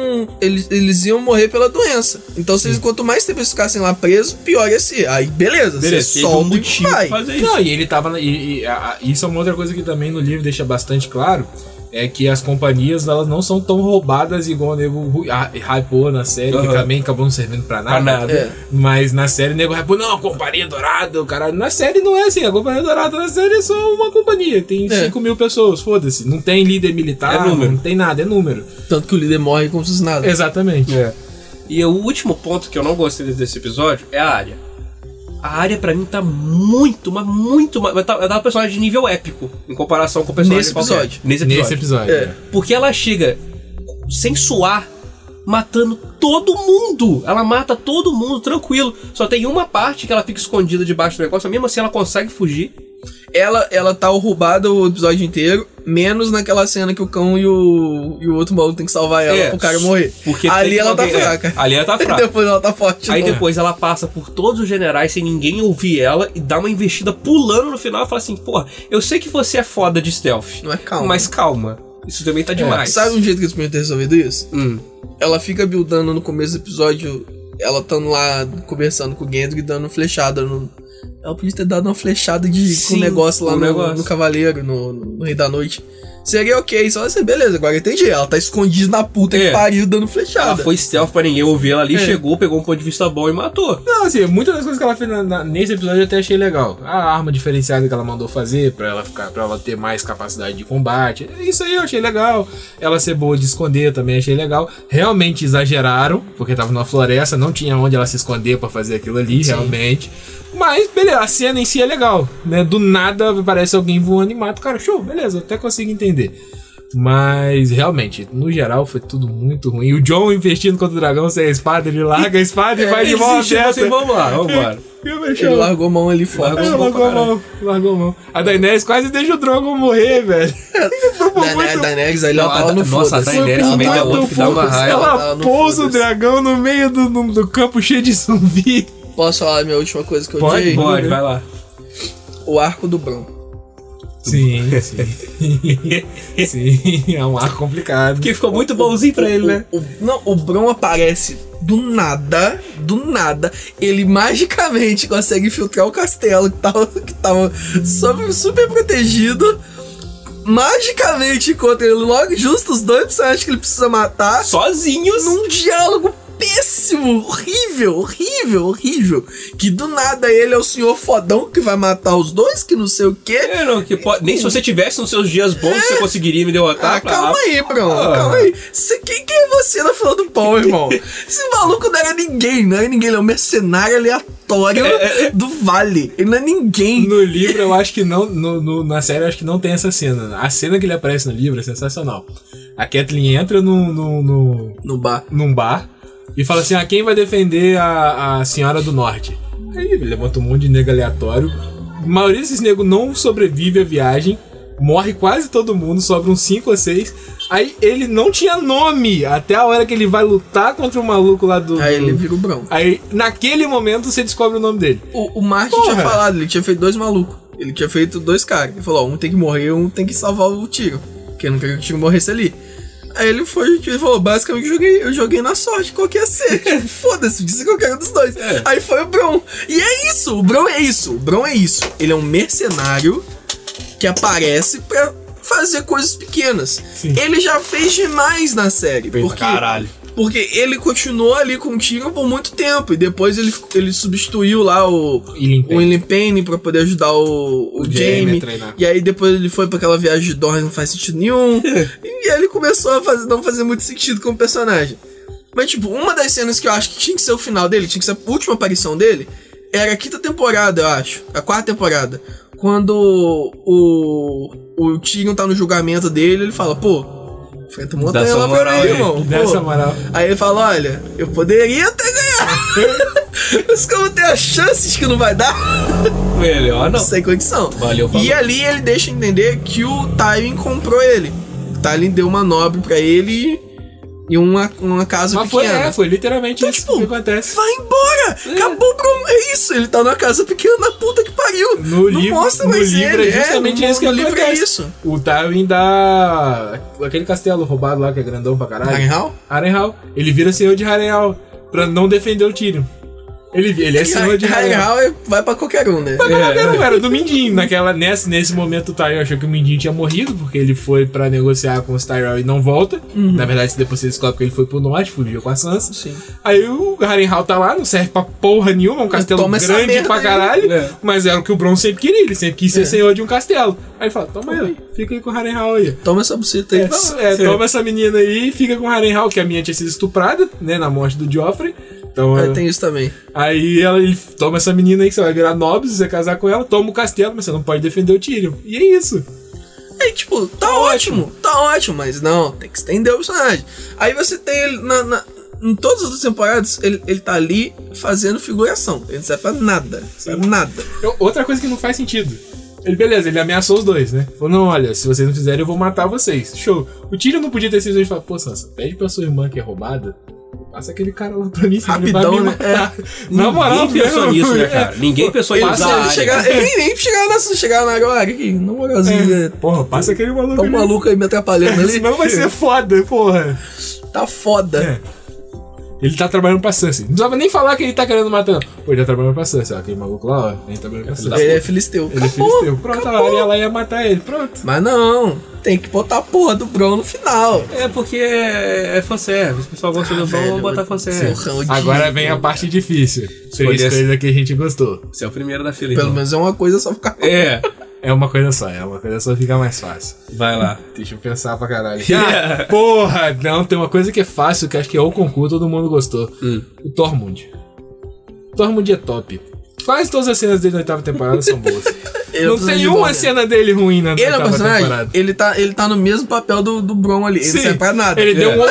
iam morrer pela doença. Então, quanto mais tempo eles ficassem lá presos, pior ia ser. Aí, beleza, você solta e vai. Fazer isso. Não, e ele tava... isso é uma outra coisa que também no livro deixa bastante claro, é que as companhias, elas não são tão roubadas igual o nego hypou na série, que também acabou não servindo pra nada. Mas na série o nego hypou, não, a Companhia Dourada, o cara... Na série não é assim, a Companhia Dourada na série é só uma companhia, tem 5 mil pessoas, foda-se, não tem líder militar, não tem nada, é número. Tanto que o líder morre como se fosse nada. Exatamente. E o último ponto que eu não gostei desse episódio é a Arya. A Arya pra mim tá muito, mas muito... Tá um personagem de nível épico em comparação com o personagem Nesse episódio. Porque ela chega sem suar, matando todo mundo. Ela mata todo mundo, tranquilo. Só tem uma parte que ela fica escondida debaixo do negócio, mesmo assim ela consegue fugir. Ela tá roubada o episódio inteiro, menos naquela cena que o cão e o outro maluco tem que salvar ela pro cara morrer. Porque ali ela tá fraca. Ali ela tá fraca. Depois ela tá forte. Aí depois ela passa por todos os generais sem ninguém ouvir ela e dá uma investida pulando no final e fala assim, porra, eu sei que você é foda de stealth. Não é calma. Mas calma. Isso também tá demais. Sabe um jeito que eles podiam ter resolvido isso? Ela fica buildando no começo do episódio, ela estando lá conversando com o Gendry, dando flechada no... Ela podia ter dado uma flechada com um negócio lá no Cavaleiro, no Rei da Noite. Seria ok, só assim, beleza, agora eu entendi. Ela tá escondida na puta que pariu dando flechada. Ela foi stealth pra ninguém ouvir ela ali, chegou, pegou um ponto de vista bom e matou. Não, assim, muitas das coisas que ela fez nesse episódio eu até achei legal. A arma diferenciada que ela mandou fazer pra ela ter mais capacidade de combate. Isso aí eu achei legal. Ela ser boa de esconder também achei legal. Realmente exageraram, porque tava numa floresta, não tinha onde ela se esconder pra fazer aquilo ali, realmente. Mas, beleza, a cena em si é legal, né? Do nada aparece alguém voando e mata o cara. Show, beleza, eu até consigo entender. Mas, realmente, no geral, foi tudo muito ruim. E o Jon investindo contra o dragão sem a espada, ele larga a espada e vai de mão aberta. Assim, vamos lá, vambora. Ele largou a mão ali fora. Largou a mão. A Daenerys quase deixa o Drogon morrer, velho. A Daenerys ali, ela tava no foda-se. Nossa, a Daenerys também dá outro que dá uma raiva. Ela pousa o dragão no meio do campo cheio de zumbi. Posso falar a minha última coisa que eu odiei? Pode, vai lá. O arco do Bron. Sim. Sim, é um arco complicado. Porque ficou muito bonzinho pra ele, né? O Bron aparece do nada, ele magicamente consegue infiltrar o castelo que tava super protegido. Magicamente encontra ele logo, justo os dois personagens que ele precisa matar. Sozinhos. Num diálogo péssimo, horrível. Que do nada ele é o senhor fodão que vai matar os dois, que não sei o quê. Nem se você tivesse nos seus dias bons você conseguiria me derrotar. Calma aí, Bron, calma aí. Quem é você na fila do pão, irmão? Esse maluco não era ninguém, ele é um mercenário aleatório do vale. Ele não é ninguém. No livro eu acho que não, na série eu acho que não tem essa cena. A cena que ele aparece no livro é sensacional. A Catelyn entra num bar e fala assim, quem vai defender a Senhora do Norte? Aí ele levanta um monte de nego aleatório. A maioria desses negros não sobrevive à viagem. Morre quase todo mundo, sobra uns 5 ou 6. Aí ele não tinha nome até a hora que ele vai lutar contra o maluco lá do... Aí ele vira o Bron. Aí naquele momento você descobre o nome dele. O Martin tinha falado, ele tinha feito 2 malucos. Ele tinha feito 2 caras. Ele falou, um tem que morrer, um tem que salvar o Tyrion. Porque eu não queria que o Tyrion morresse ali. Aí ele falou, basicamente eu joguei na sorte, qual que ia ser? Foda-se, disse que eu quero dos dois. Aí foi o Bron. E é isso, o Bron é isso. Ele é um mercenário que aparece pra fazer coisas pequenas. Sim. Ele já fez demais na série. Caralho. Porque ele continuou ali com o Tyrion por muito tempo. E depois ele substituiu lá o Ilyn Payne pra poder ajudar o Jaime a treinar. E aí depois ele foi pra aquela viagem de Dorne, não faz sentido nenhum. E aí ele começou a não fazer muito sentido como personagem. Mas tipo, uma das cenas que eu acho que tinha que ser o final dele, tinha que ser a última aparição dele, era a 5ª temporada, eu acho. A 4ª temporada. Quando o Tyrion tá no julgamento dele, ele fala, pô, enfrenta a montanha lá pra mim, irmão. Dessa moral. Aí ele fala, olha, eu poderia ter ganhado. Mas como tem as chances que não vai dar, melhor não. sem condição. Valeu, falou. E ali ele deixa entender que o Tywin comprou ele. O Tywin deu uma nobre pra ele e uma casa pequena. Foi literalmente então, isso tipo, que acontece. Vai embora! Acabou o problema. É isso, ele tá numa casa pequena na puta que pariu. No livro é justamente isso que no livro acontece. É isso. O Tywin dá aquele castelo roubado lá que é grandão pra caralho. Harrenhal? Ele vira senhor de Harrenhal pra não defender o Tyrion. Ele é senhor de Harrenhal. Vai pra qualquer um, né? Vai pra qualquer um, era do Mindinho. Nesse momento o Tyrion achou que o Mindinho tinha morrido, porque ele foi pra negociar com os Tyrell e não volta. Na verdade, depois você descobre que ele foi pro norte, fugiu com a Sansa. Sim. Aí o Harrenhal tá lá, não serve pra porra nenhuma, é um castelo grande pra caralho. Mas era o que o Bronn sempre queria, ele sempre quis ser senhor de um castelo. Aí ele fala, toma aí, fica aí com o Harrenhal aí. Toma essa buceta aí. Toma essa menina aí e fica com o Harrenhal, que a minha tinha sido estuprada, né, na morte do Joffrey. Então, tem isso também. Aí ele toma essa menina aí que você vai virar nobre, você vai casar com ela, toma o castelo, mas você não pode defender o Tyrion. E é isso. Aí, tipo, tá ótimo, mas não, tem que estender o personagem. Aí você tem ele em todas as outras temporadas, ele tá ali fazendo figuração. Ele não serve pra nada. Outra coisa que não faz sentido. Ele ameaçou os dois, né? Falou, não, olha, se vocês não fizerem, eu vou matar vocês. Show. O Tyrion não podia ter sido, ele falou, pô, Sansa, pede pra sua irmã que é roubada, passa aquele cara lá pra mim, rapidão, ele vai me matar. Na moral, ninguém pensou nisso, né, cara? Ninguém pensou em usar. Ele nem chegar na área aqui, na moralzinha. Porra, passa aquele maluco. Tá um maluco aí me atrapalhando ali. Senão vai ser foda, porra. Tá foda. Ele tá trabalhando pra Sansa. Não precisava nem falar que ele tá querendo matar, não. Pô, ele tá trabalhando pra Sansa. Aquele maluco lá, ó. Ele tá trabalhando pra Sansa. Ele é filisteu. Pronto, ela ia matar ele. Pronto. Mas não. Tem que botar a porra do Bronn no final. É porque é fanservice. O pessoal gosta do Bronn, vamos botar fanservice. Agora vem a parte difícil. 3 coisas que a gente gostou. Você é o primeiro da fila, Pelo menos é uma coisa só ficar. É uma coisa só fica mais fácil. Vai lá. Deixa eu pensar pra caralho. Porra, não, tem uma coisa que é fácil, que acho que é o concurso, todo mundo gostou. O Tormund. Tormund é top. Quase todas as cenas dele na 8ª temporada são boas. Não tem uma cena dele ruim na 8ª temporada. Ele tá no mesmo papel do Bronn ali. Ele não serve pra nada. Ele deu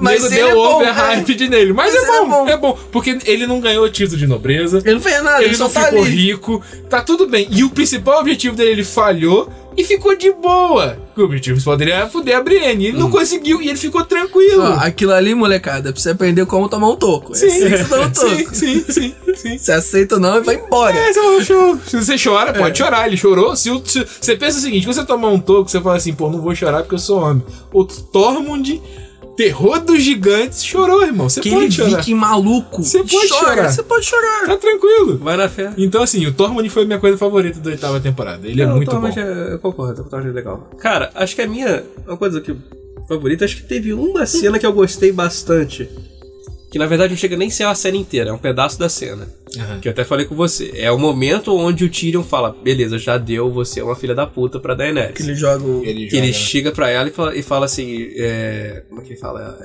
um overhype nele. Mas é bom. Porque ele não ganhou título de nobreza. Ele não fez nada, ele não ficou rico. Tá tudo bem. E o principal objetivo dele, ele falhou e ficou de boa. O objetivo poderia foder a Brienne. Ele não conseguiu e ele ficou tranquilo. Aquilo ali, molecada, pra você aprender como tomar um toco. Sim, é assim que você toma um toco. Sim. Você aceita ou não e vai embora. Se você chora, pode chorar. Ele chorou. Se você pensa o seguinte, quando você tomar um toco, você fala assim, pô, não vou chorar porque eu sou homem. O Tormund, terror dos gigantes, chorou, irmão. Você pode chorar. Aquele viking maluco. Você pode chorar. Você pode chorar. Tá tranquilo. Vai na fé. Então, assim, o Tormund foi a minha coisa favorita da 8ª temporada. Ele é muito bom. Eu concordo, o Tormund é legal. Cara, acho que uma coisa que favorita, acho que teve uma cena que eu gostei bastante. Que na verdade não chega nem a ser a cena inteira, é um pedaço da cena. Que eu até falei com você. É o momento onde o Tyrion fala, beleza, já deu, você é uma filha da puta pra Daenerys. Que ele joga ele chega pra ela e fala assim, como é que ele fala?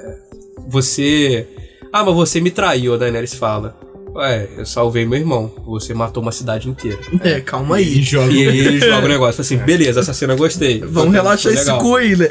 Você... Ah, mas você me traiu, a Daenerys fala. Eu salvei meu irmão. Você matou uma cidade inteira. Calma aí. E aí ele joga o negócio assim, beleza, essa cena eu gostei. Vamos relaxar esse cu aí, né?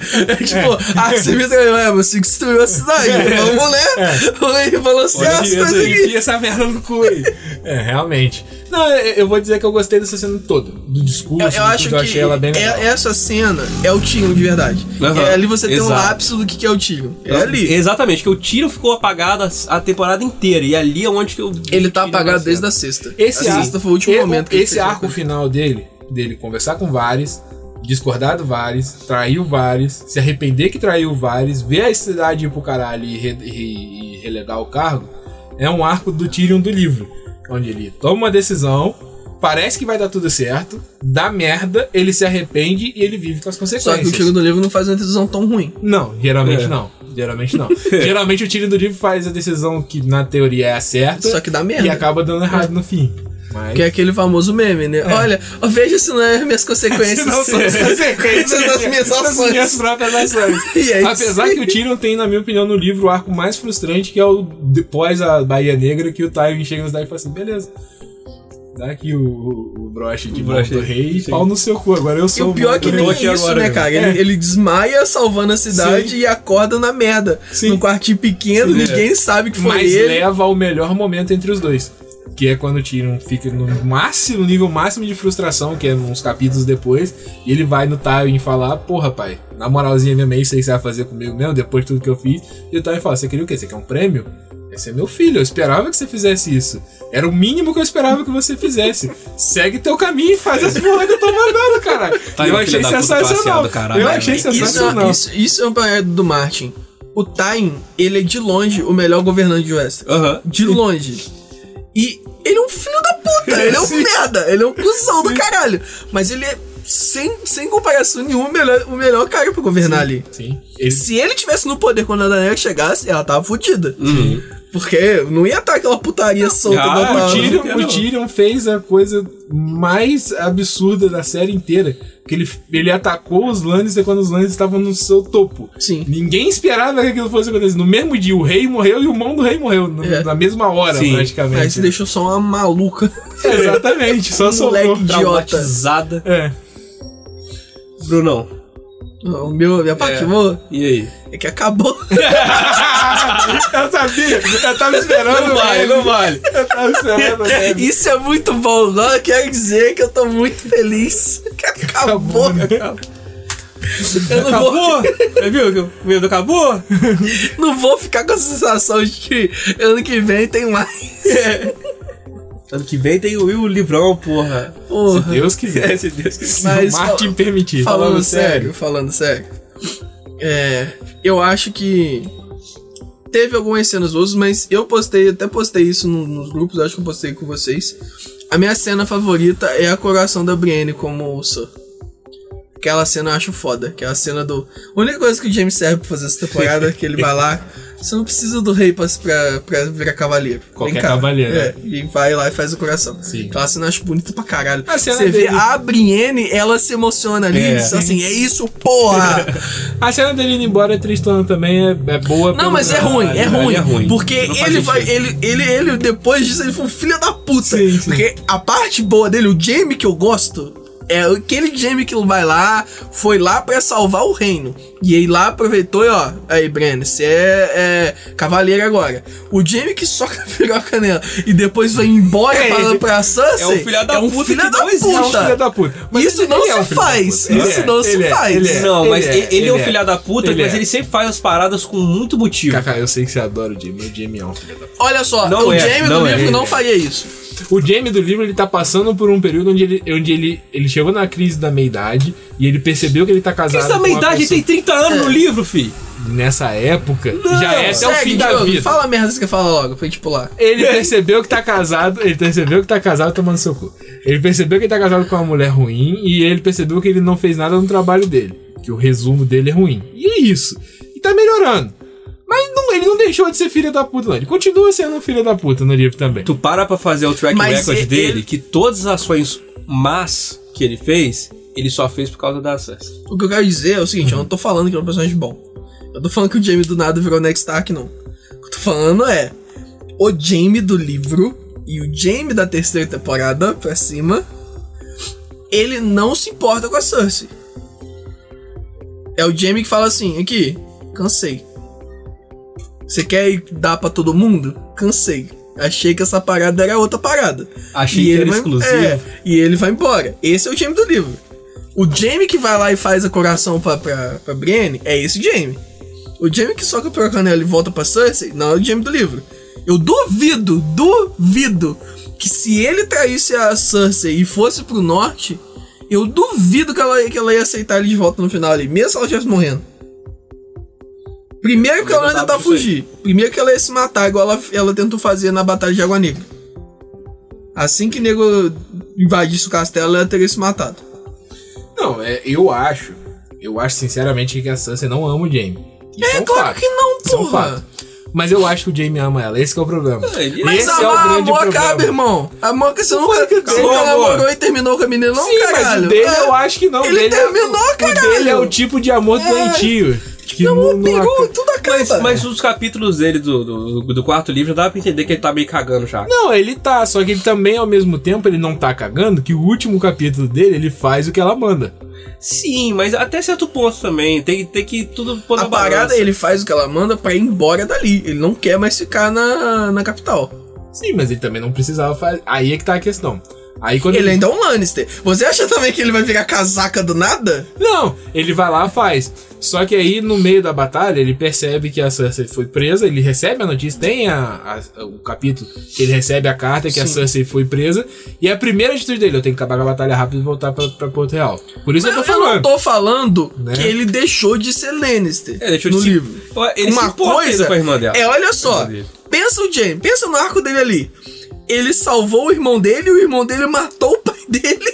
Você me traiu, você destruiu a cidade. Vamos, né? Vamos balancear as coisas aqui. Enfia essa merda no cu aí. Realmente. Não, eu vou dizer que eu gostei dessa cena toda. Do discurso, eu acho que eu achei ela bem legal. Essa cena é o Tyrion de verdade. Ali você tem um lápis do que é o Tyrion. É ali. Exatamente, que o Tyrion ficou apagado a temporada inteira. E ali é onde que eu... Ele tá apagado desde a sexta. A sexta foi o último momento que esse arco final dele conversar com Varys, discordar do Varys, trair o Varys, se arrepender que traiu o Varys, ver a cidade ir pro caralho e relegar o cargo, é um arco do Tyrion do livro, onde ele toma uma decisão, parece que vai dar tudo certo, dá merda, ele se arrepende e ele vive com as consequências. Só que o Tyrion do livro não faz uma decisão tão ruim. Não, geralmente não. Geralmente não. Geralmente o Tyrion do livro faz a decisão que na teoria é a certa. Só que dá merda. E acaba dando errado no fim. Mas... Que é aquele famoso meme, né? Olha, veja se não é minhas consequências. Não são as consequências das minhas ações. minhas próprias ações. E é isso. Apesar que o Tyrion tem, na minha opinião, no livro o arco mais frustrante, que é o depois a Baía Negra, que o Tywin chega na cidade e fala assim, beleza. Dá aqui o broche de volta do rei e pau no seu cu. Agora eu sou o pior é que nem isso, agora, né, cara? Ele desmaia salvando a cidade e acorda na merda. Num quartinho pequeno, ninguém sabe que foi ele. Mas leva ao melhor momento entre os dois. Que é quando o Tyrion fica no nível máximo de frustração, que é uns capítulos depois, e ele vai no Tywin falar, porra, pai, na moralzinha mesmo, é isso aí que você vai fazer comigo mesmo, depois de tudo que eu fiz. E o Tywin fala, você queria o quê? Você quer um prêmio? Esse é meu filho, eu esperava que você fizesse isso. Era o mínimo que eu esperava que você fizesse. Segue teu caminho e faz as porra que eu tô mandando, caralho. Eu achei sensacional. Eu achei sensacional. Isso é um parado do Martin. O Tywin, ele é de longe o melhor governante de Westeros. De longe. E ele é um filho da puta, ele é um merda, ele é um cuzão do caralho. Mas ele é, sem comparação nenhuma, o melhor cara pra governar ali. Sim. Se ele tivesse no poder quando a Daenerys chegasse, ela tava fodida. Porque não ia estar aquela putaria solta. O Tyrion fez a coisa mais absurda da série inteira. Que ele atacou os Lannister quando os Lannister estavam no seu topo. Sim. Ninguém esperava que aquilo fosse acontecer. No mesmo dia, o rei morreu e o irmão do rei morreu. Na mesma hora, praticamente. Aí você deixou só uma maluca. Exatamente. Só moleque traumatizada. Brunão. Minha parte boa. E aí? É que acabou. Eu sabia. Eu tava esperando. Não vale. Eu tava esperando. Isso é muito bom. Agora eu quero dizer que eu tô muito feliz. Que acabou. Eu não acabou? Você viu que o medo acabou? Não vou ficar com a sensação de que ano que vem tem mais. Ano que vem tem o livrão, porra. Se Deus quiser. Se Deus quiser. Mas o Martin permitir. Falando sério. Eu acho que teve algumas cenas boas, mas eu até postei isso nos grupos, acho que eu postei com vocês. A minha cena favorita é a coração da Brienne como Sir. Aquela cena eu acho foda. Aquela cena do... A única coisa que o Jaime serve pra fazer essa temporada é que ele vai lá... Você não precisa do rei pra virar cavaleiro. Qualquer cavaleiro. E vai lá e faz o coração. Sim. Aquela cena eu acho bonita pra caralho. Você vê a Brienne, ela se emociona ali. Assim, é isso, porra! A cena dele indo embora é tristona também, é boa. Não, mas é ruim. Porque ele depois disso, ele foi um filho da puta. Sim. Porque a parte boa dele, o Jaime que eu gosto... É aquele Jaime que vai lá, foi lá pra salvar o reino. E aí lá aproveitou e ó, aí Brienne, você é cavaleiro agora. O Jaime que soca a piroca nela e depois vai embora pra Cersei. É um filho da puta. Mas isso não se faz. Isso não se faz. Não, mas ele é um filho da puta, mas ele sempre faz as paradas com muito motivo. Kaká, eu sei que você adora o Jaime. O Jaime é um filho da puta. Olha só, o Jaime do livro não faria isso. O Jaime do livro, ele tá passando por um período onde ele chegou na crise da meia-idade e ele percebeu que ele tá casado com uma pessoa... Crise da meia-idade? Tem 30 anos no livro, fi. Nessa época, já é até o fim da vida. Fala a merda que você fala logo, pra gente pular. Ele percebeu que tá casado, tomando seu cu. Ele percebeu que ele tá casado com uma mulher ruim e ele percebeu que ele não fez nada no trabalho dele. Que o resumo dele é ruim. E é isso. E tá melhorando. Mas ele não deixou de ser filho da puta, não. Ele continua sendo um filho da puta no livro também. Tu pra fazer o track record dele, que todas as ações más que ele fez, ele só fez por causa da Cersei. O que eu quero dizer é o seguinte, eu não tô falando que é um personagem bom. Eu tô falando que o Jaime do nada virou Ned Stark, não. O que eu tô falando é... O Jaime do livro e o Jaime da terceira temporada pra cima, ele não se importa com a Cersei. É o Jaime que fala assim, aqui, cansei. Você quer dar pra todo mundo? Cansei. Achei que essa parada era outra parada. Achei que era exclusivo. E ele vai embora. Esse é o Jaime do livro. O Jaime que vai lá e faz a coração pra Brienne é esse Jaime. O Jaime que soca pra canela e volta pra Cersei não é o Jaime do livro. Eu duvido que se ele traísse a Cersei e fosse pro norte, eu duvido que ela ia aceitar ele de volta no final ali, mesmo se ela estivesse morrendo. Primeiro que ela ia tentar fugir. Primeiro que ela ia se matar, igual ela tentou fazer na Batalha de Água Negra. Assim que o nego invadisse o castelo, ela teria se matado. Não, eu acho sinceramente que a Sansa não ama o Jaime. Isso é claro fato. Que não, Isso é um fato. Mas eu acho que o Jaime ama ela, esse que é o problema. Mas esse é o grande amor problema. acaba, irmão. Amor que você nunca namorou e terminou com a menina, não, sim, caralho. Mas o dele eu acho que não. Ele terminou, caralho. O dele é o tipo de amor doentio. Que não pegou, tudo acaba. Mas os capítulos dele do quarto livro dá pra entender que ele tá meio cagando já. Não, ele tá, só que ele também, ao mesmo tempo, ele não tá cagando, que o último capítulo dele, ele faz o que ela manda. Sim, mas até certo ponto também. Tem que tudo pôr na A parada, balança. ele faz o que ela manda pra ir embora dali. Ele não quer mais ficar na capital. Sim, mas ele também não precisava fazer. Aí é que tá a questão. Aí quando Ele ainda é um Lannister. Você acha também que ele vai virar casaca do nada? Não, ele vai lá e faz. Só que aí, no meio da batalha, ele percebe que a Cersei foi presa, ele recebe a notícia, tem o capítulo, que ele recebe a carta que a Cersei foi presa, e a primeira atitude dele, eu tenho que acabar com a batalha rápido e voltar pra Porto Real. Por isso eu tô falando. Eu não tô falando, né, que ele deixou de ser Lannister deixou no de livro. Ele Uma coisa com a irmã dela. olha só, pensa o Jaime, pensa no arco dele ali. Ele salvou o irmão dele, o irmão dele matou o pai dele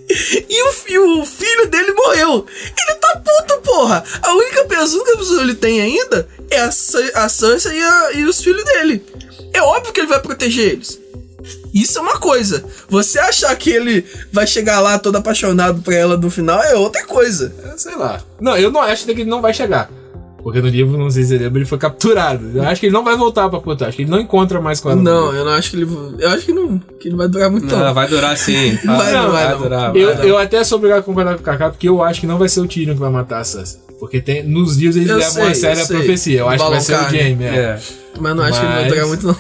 e o filho dele morreu. Ele tá puto, porra. A única pessoa que ele tem ainda é a Sansa e os filhos dele. É óbvio que ele vai proteger eles. Isso é uma coisa. Você achar que ele vai chegar lá todo apaixonado por ela no final é outra coisa. Sei lá. Não, eu não acho que ele não vai chegar. Porque no livro, não sei se você lembra, ele foi capturado. Eu acho que ele não vai voltar pra Porto. Acho que ele não encontra mais com ela. Não, eu não acho que ele... Eu acho que não vai durar muito tempo. Não, vai durar sim. Vai durar. Eu até sou obrigado a concordar com o Kaká, porque eu acho que não vai ser o Tyrion que vai matar a Sansa. Porque nos livros eles levam a sério a profecia. Eu acho que vai ser o Jaime. Mas não acho que ele vai durar muito, não.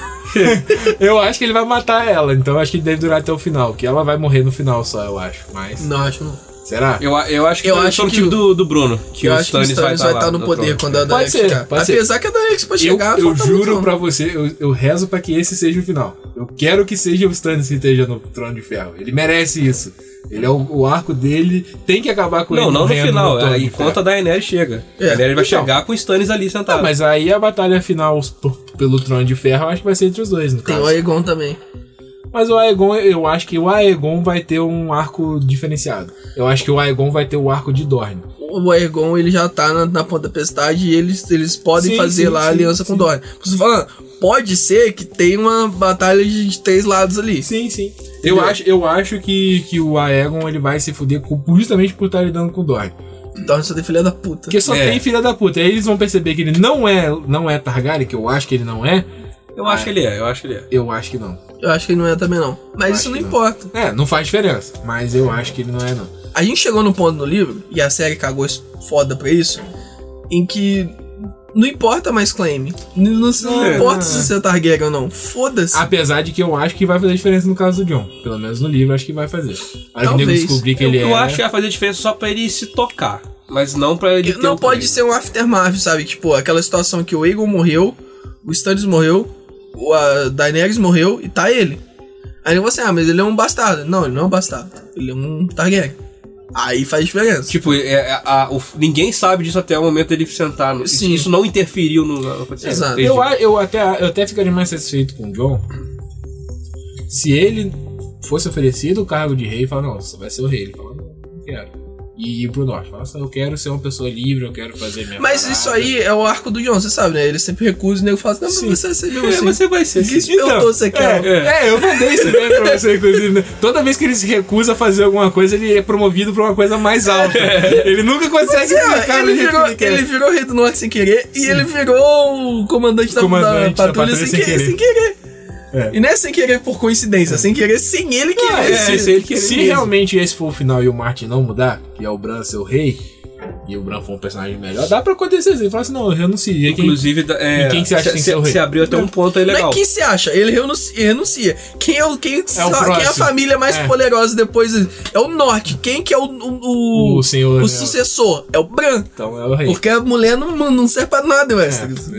Eu acho que ele vai matar ela, então eu acho que ele deve durar até o final. Que ela vai morrer no final só, eu acho. Mas... Não, acho não. Será? Eu acho que é o motivo do Bruno. Que eu o acho que o Stannis vai estar no poder quando a Daenerys chegar. Apesar que a Daenerys pode chegar... Eu juro pra você, eu rezo pra que esse seja o final. Eu quero que seja o Stannis que esteja no Trono de Ferro. Ele merece isso. Ele é o arco dele, tem que acabar com ele. Não no final, enquanto a Daenerys chega. A Daenerys vai chegar com o Stannis ali sentado. Não, mas aí a batalha final pelo Trono de Ferro, eu acho que vai ser entre os dois, no caso. Tem o Aegon também. Mas o Aegon, eu acho que o Aegon vai ter um arco diferenciado. Eu acho que o Aegon vai ter o arco de Dorne. O Aegon, ele já tá na Ponta da Tempestade e eles podem fazer lá a aliança com Dorne. Você falando, pode ser que tenha uma batalha de 3 lados ali. Sim. Eu acho que o Aegon ele vai se fuder justamente por estar lidando com Dorne. Dorne só tem filha da puta. Porque só tem filha da puta. Aí eles vão perceber que ele não é Targaryen, que eu acho que ele não é. Eu acho que ele é. Eu acho que não. Eu acho que ele não é também, não. Mas isso não importa. Não faz diferença. Mas eu acho que ele não é, não. A gente chegou no ponto no livro, e a série cagou foda pra isso, em que não importa mais claim. Não importa se você é Targaryen ou não. Foda-se. Apesar de que eu acho que vai fazer diferença no caso do Jon. Pelo menos no livro, eu acho que vai fazer. Aí que o nego descobrir que ele é... Eu acho que vai fazer diferença só pra ele se tocar. Mas não pra ele ter não pode ser um aftermath, sabe? Tipo, aquela situação que o Aegon morreu, o Stannis morreu, a Daenerys morreu e tá ele. Aí você, mas ele é um bastardo. Não, ele não é um bastardo. Ele é um Targaryen. Aí faz diferença. Tipo, ninguém sabe disso até o momento dele sentar. Isso não interferiu no acontecimento. Exato. Eu até ficaria mais satisfeito com o Jon se ele fosse oferecido o cargo de rei e falar, não, você vai ser o rei. Ele fala, não quero. E ir pro norte. Fala, eu quero ser uma pessoa livre, eu quero fazer minha Mas parada. isso aí é o arco do Jon, você sabe, né? Ele sempre recusa e o nego fala assim, não, você vai ser assim. Que você quer? Eu mandei isso mesmo pra você, inclusive. Né? Toda vez que ele se recusa a fazer alguma coisa, ele é promovido pra uma coisa mais alta. Ele nunca consegue ficar no jeito que ele quer. Ele virou rei do norte sem querer e ele virou o comandante da patrulha sem querer. E não é sem querer por coincidência, sem querer sem ele querer. Se realmente esse for o final e o Martin não mudar, que é o Bran ser o rei, e o Bran for um personagem melhor, dá pra acontecer isso. Ele fala assim, não, eu renuncio. Inclusive, quem você acha que tem que ser o rei? Você abriu até um ponto aí legal. Mas quem você acha? Ele renuncia. Quem é a família mais poderosa depois? É o Norte. Quem que é o sucessor? É o Bran. Então é o rei. Porque a mulher não serve pra nada, Westeros.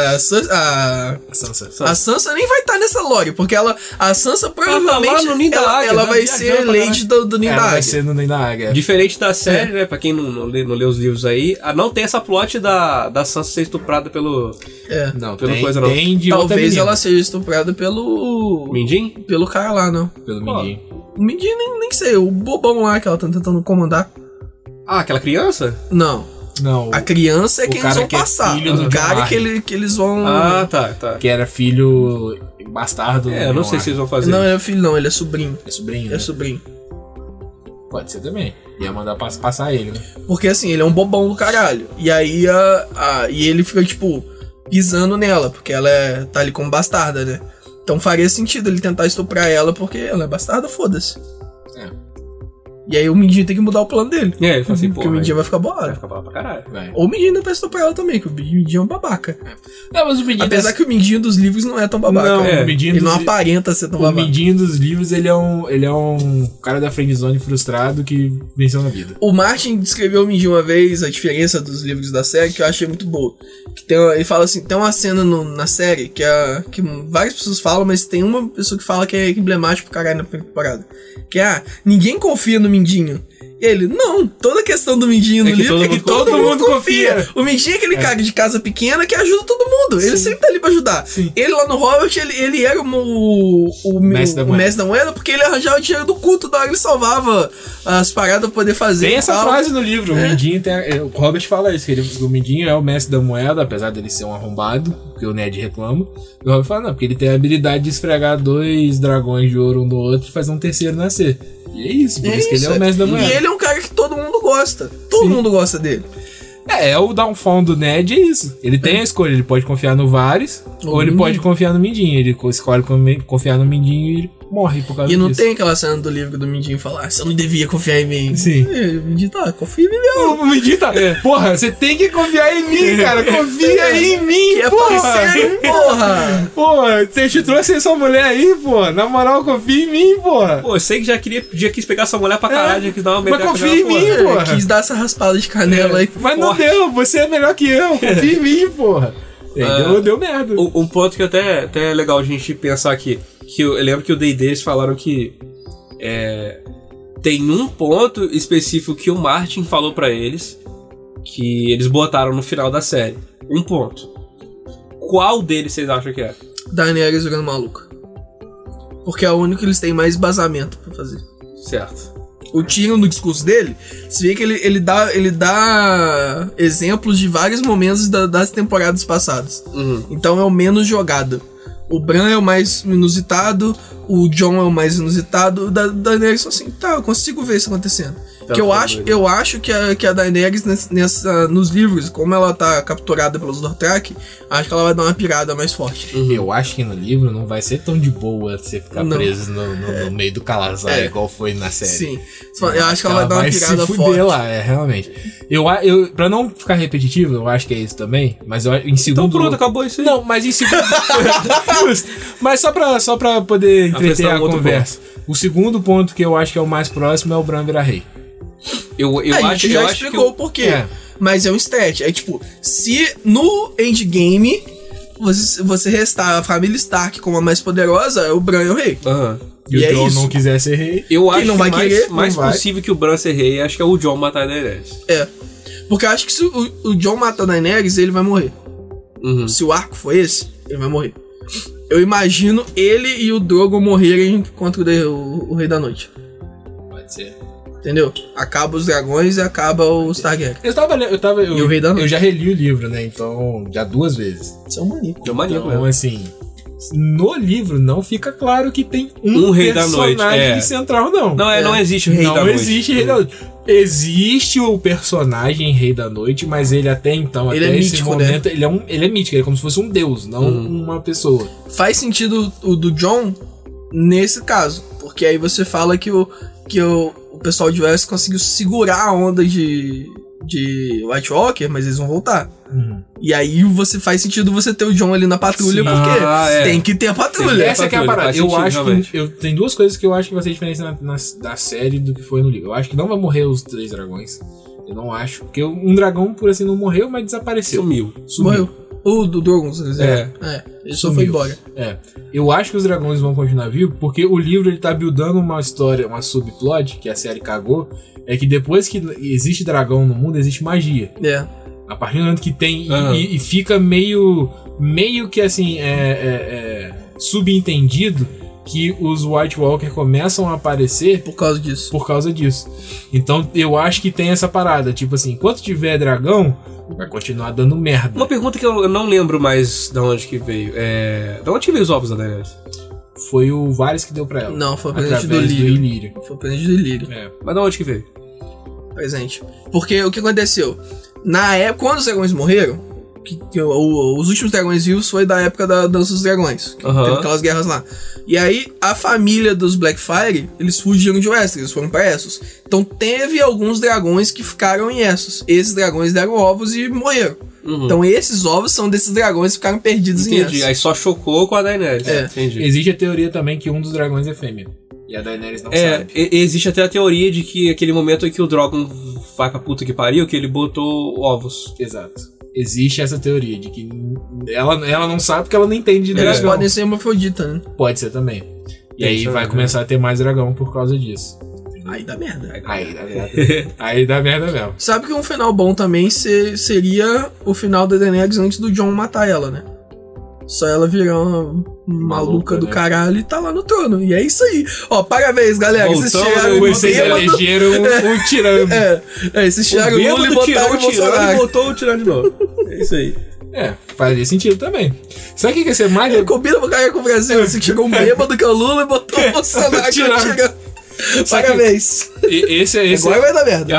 A Sansa nem vai estar nessa lore, porque a Sansa provavelmente ela vai ser Lady do Ninho da Águia. Vai ser no Ninho da Águia. Diferente da série, né? Pra quem não lê os livros aí, não tem essa plot da Sansa ser estuprada pelo... Não, pelo tem, coisa não. Tem de talvez ela seja estuprada pelo... Mindinho? Pelo cara lá, não. Pelo Mindinho. O Mindinho nem sei, o bobão lá que ela tá tentando comandar. Aquela criança? Não. Não. A criança é o quem eles cara vão que é passar. filho do O cara John que eles vão... Ah, tá. Que era filho bastardo. Eu não sei se eles vão fazer. Não, isso. ele é filho não, ele é sobrinho. É sobrinho, É né? sobrinho. Pode ser também. Ia mandar passar ele, né? Porque assim, ele é um bobão do caralho. E aí e ele fica, tipo, pisando nela, porque ela tá ali como bastarda, né? Então faria sentido ele tentar estuprar ela, porque ela é bastarda, foda-se. É. E aí o Mindinho tem que mudar o plano dele. Ele fala assim, pô. Porque o Mindinho vai ficar Vai bolado. ficar pra caralho. Vai. Ou o Mindinho tentar estuprar ela também, que o Mindinho é um babaca. Não, mas o Mindinho Apesar que o Mindinho dos livros não é tão babaca. Não, né? o Mindinho Ele não dos- aparenta ser tão O babaca. Mindinho dos livros, ele é um cara da friendzone frustrado que venceu na vida. O Martin descreveu o Mindinho uma vez, a diferença dos livros da série, que eu achei muito boa. Que ele fala assim, tem uma cena na série que várias pessoas falam, mas tem uma pessoa que fala que é emblemático pro caralho na primeira temporada. Que é, ninguém confia no Mindinho. E ele, não, toda a questão do Mindinho no que livro todo é que mundo todo mundo confia. confia. O Mindinho é aquele cara de casa pequena que ajuda todo mundo. Ele sempre tá ali pra ajudar. Sim. Ele lá no Robert, ele era o Mestre da mestre da moeda porque ele arranjava o dinheiro do culto, da hora ele salvava as paradas pra poder fazer. Tem e essa tal. frase no livro, o Mindinho o Robert fala isso, que o Mindinho é o mestre da moeda, apesar dele ser um arrombado, porque o Ned reclama. E o Robert fala, não, porque ele tem a habilidade de esfregar 2 dragões de ouro um no outro e fazer um terceiro nascer. E é isso, por isso que ele é o mestre da moeda. E ele é um cara que todo mundo gosta. Todo mundo gosta dele. É o downfall do Ned, é isso. Ele tem a escolha, ele pode confiar no Varys ou ele pode confiar no Mindinho. Ele escolhe confiar no Mindinho e ele morre por causa E disso. não tem aquela cena do livro do Mindinho falar, você não devia confiar em mim. Sim. E o Mindinho tá, confia em mim mesmo. O Mindinho tá... Porra, você tem que confiar em mim, cara. Confia em mim, Que é porra. parceiro, porra. Porra, você te trouxe essa mulher aí, porra. Na moral, confia em mim, porra. Pô, eu sei que já quis pegar essa mulher pra caralho, já quis dar uma Mas medalha confia em mim, É, porra. quis dar essa raspada de canela aí. Mas não forte. deu, você é melhor que eu. Confia em mim, porra. Deu merda. Um ponto que até é legal a gente pensar aqui, que eu lembro que o D&D eles falaram que tem um ponto específico que o Martin falou pra eles, que eles botaram no final da série. Um ponto. Qual deles vocês acham que é? Daenerys jogando maluco. Porque é o único que eles têm mais embasamento pra fazer. Certo. O Tyrion, no discurso dele, você vê que ele dá exemplos de vários momentos das temporadas passadas. Uhum. Então é o menos jogado. O Bran é o mais inusitado, o Jon é o mais inusitado, o Daenerys assim, tá, eu consigo ver isso acontecendo. Tá, Que eu acho que a Daenerys nos livros, como ela tá capturada pelos Dothraki, acho que ela vai dar uma pirada mais forte. Eu acho que no livro não vai ser tão de boa você ficar Não. preso no meio do Calazar, igual foi na série. Sim. Eu acho que ela vai dar uma pirada se forte. fuder lá, realmente. Pra não ficar repetitivo, eu acho que é isso também, mas em segundo... Então pronto, acabou isso aí. Não, mas em segundo... Justo. Mas só pra poder entreter Apresentar a um outro conversa. O segundo ponto que eu acho que é o mais próximo é o Bran virar rei. A gente já explicou o porquê. É. Mas é um stat. É tipo, se no endgame você restar a família Stark como a mais poderosa, o Bran é o rei. Aham. E E é o Jon isso. não quiser ser rei... Eu acho não que vai mais, querer, mais não vai. possível que o Bran ser rei, acho que é o Jon matar a Daenerys. É. Porque eu acho que se o Jon matar a Daenerys, ele vai morrer. Uhum. Se o arco for esse, ele vai morrer. Eu imagino ele e o Drogon morrerem contra o Rei da Noite. Pode ser. Entendeu? Acaba os dragões e acaba os Targaryen. Eu o Rei da Noite. Eu já reli o livro, né? Então, já 2 vezes. Isso é um maníaco. É um maníaco Então, mesmo. assim, no livro não fica claro que tem um Rei da Noite, personagem central, não. Não existe o Rei da Não Noite. existe Rei da Noite. Existe o personagem Rei da Noite, mas ele até então, Ele até é esse mítico, momento, ele é mítico, ele é como se fosse um deus, não uma pessoa. Faz sentido o do Jon nesse caso. Porque aí você fala que o pessoal de Westeros conseguiu segurar a onda de White Walker, mas eles vão voltar. E aí faz sentido você ter o Jon ali na patrulha, Sim. porque tem que ter a patrulha. Essa que é a patrulha, parada. faz Eu sentido, acho realmente. que tem 2 coisas que eu acho que vai ser diferente da série do que foi no livro. Eu acho que não vai morrer os 3 dragões. Eu não acho. Porque um dragão, por assim, não morreu, mas desapareceu. Sumiu. Morreu. O do Drogon, quer dizer. Ele só foi Sumiu. embora. Eu acho que os dragões vão continuar vivos, porque o livro ele tá buildando uma história, uma subplot, que a série cagou, é que depois que existe dragão no mundo, existe magia. A partir do momento que tem e fica meio que assim, subentendido que os White Walker começam a aparecer Por causa disso. por causa disso. Então eu acho que tem essa parada, tipo assim, enquanto tiver dragão, vai continuar dando merda. Uma pergunta que eu não lembro mais de onde que veio. De onde que veio os ovos da Daenerys? Foi o Varys que deu pra ela. Não, foi o presente do através Ilírio. Foi o presente do Ilírio. Mas de onde que veio? Presente. Porque o que aconteceu? Na época, quando os dragões morreram, os últimos dragões vivos foi da época da Dança dos Dragões. Que teve aquelas guerras lá. E aí, a família dos Blackfyre, eles fugiram de Westeros, eles foram pra Essos. Então teve alguns dragões que ficaram em Essos. Esses dragões deram ovos e morreram. Então esses ovos são desses dragões que ficaram perdidos em Essos. Entendi, aí só chocou com a Daenerys. Entendi. Existe a teoria também que um dos dragões é fêmea. E a Daenerys não sabe. Existe até a teoria de que aquele momento em que o Drogon vai pra puta que pariu, que ele botou ovos. Exato. Existe essa teoria de que ela não sabe porque ela não entende de dragão. Eles podem ser hermafrodita, né? Pode ser também. E aí vai começar a ter mais dragão por causa disso. Aí dá merda. Aí dá merda. Aí dá merda mesmo. Sabe que um final bom também seria o final da Daenerys antes do Jon matar ela, né? Só ela virar uma maluca do caralho e tá lá no trono. E é isso aí. Ó, parabéns, galera. Vocês elegeram um tirano. Vocês tiraram o Lula e botaram o Bolsonaro. E botou o tirano de novo. É isso aí. Fazia sentido também. Sabe o que ia ser mais... Combina com o cara com o Brasil. Você chegou um bêbado que é o Lula e botou o Bolsonaro tirando. Parabéns. Agora vai dar merda.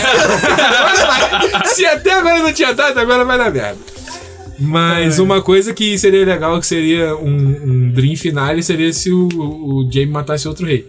Se até agora não tinha dado, agora vai dar merda. Mas uma coisa que seria legal, que seria um dream finale, seria se o Jaime matasse outro rei.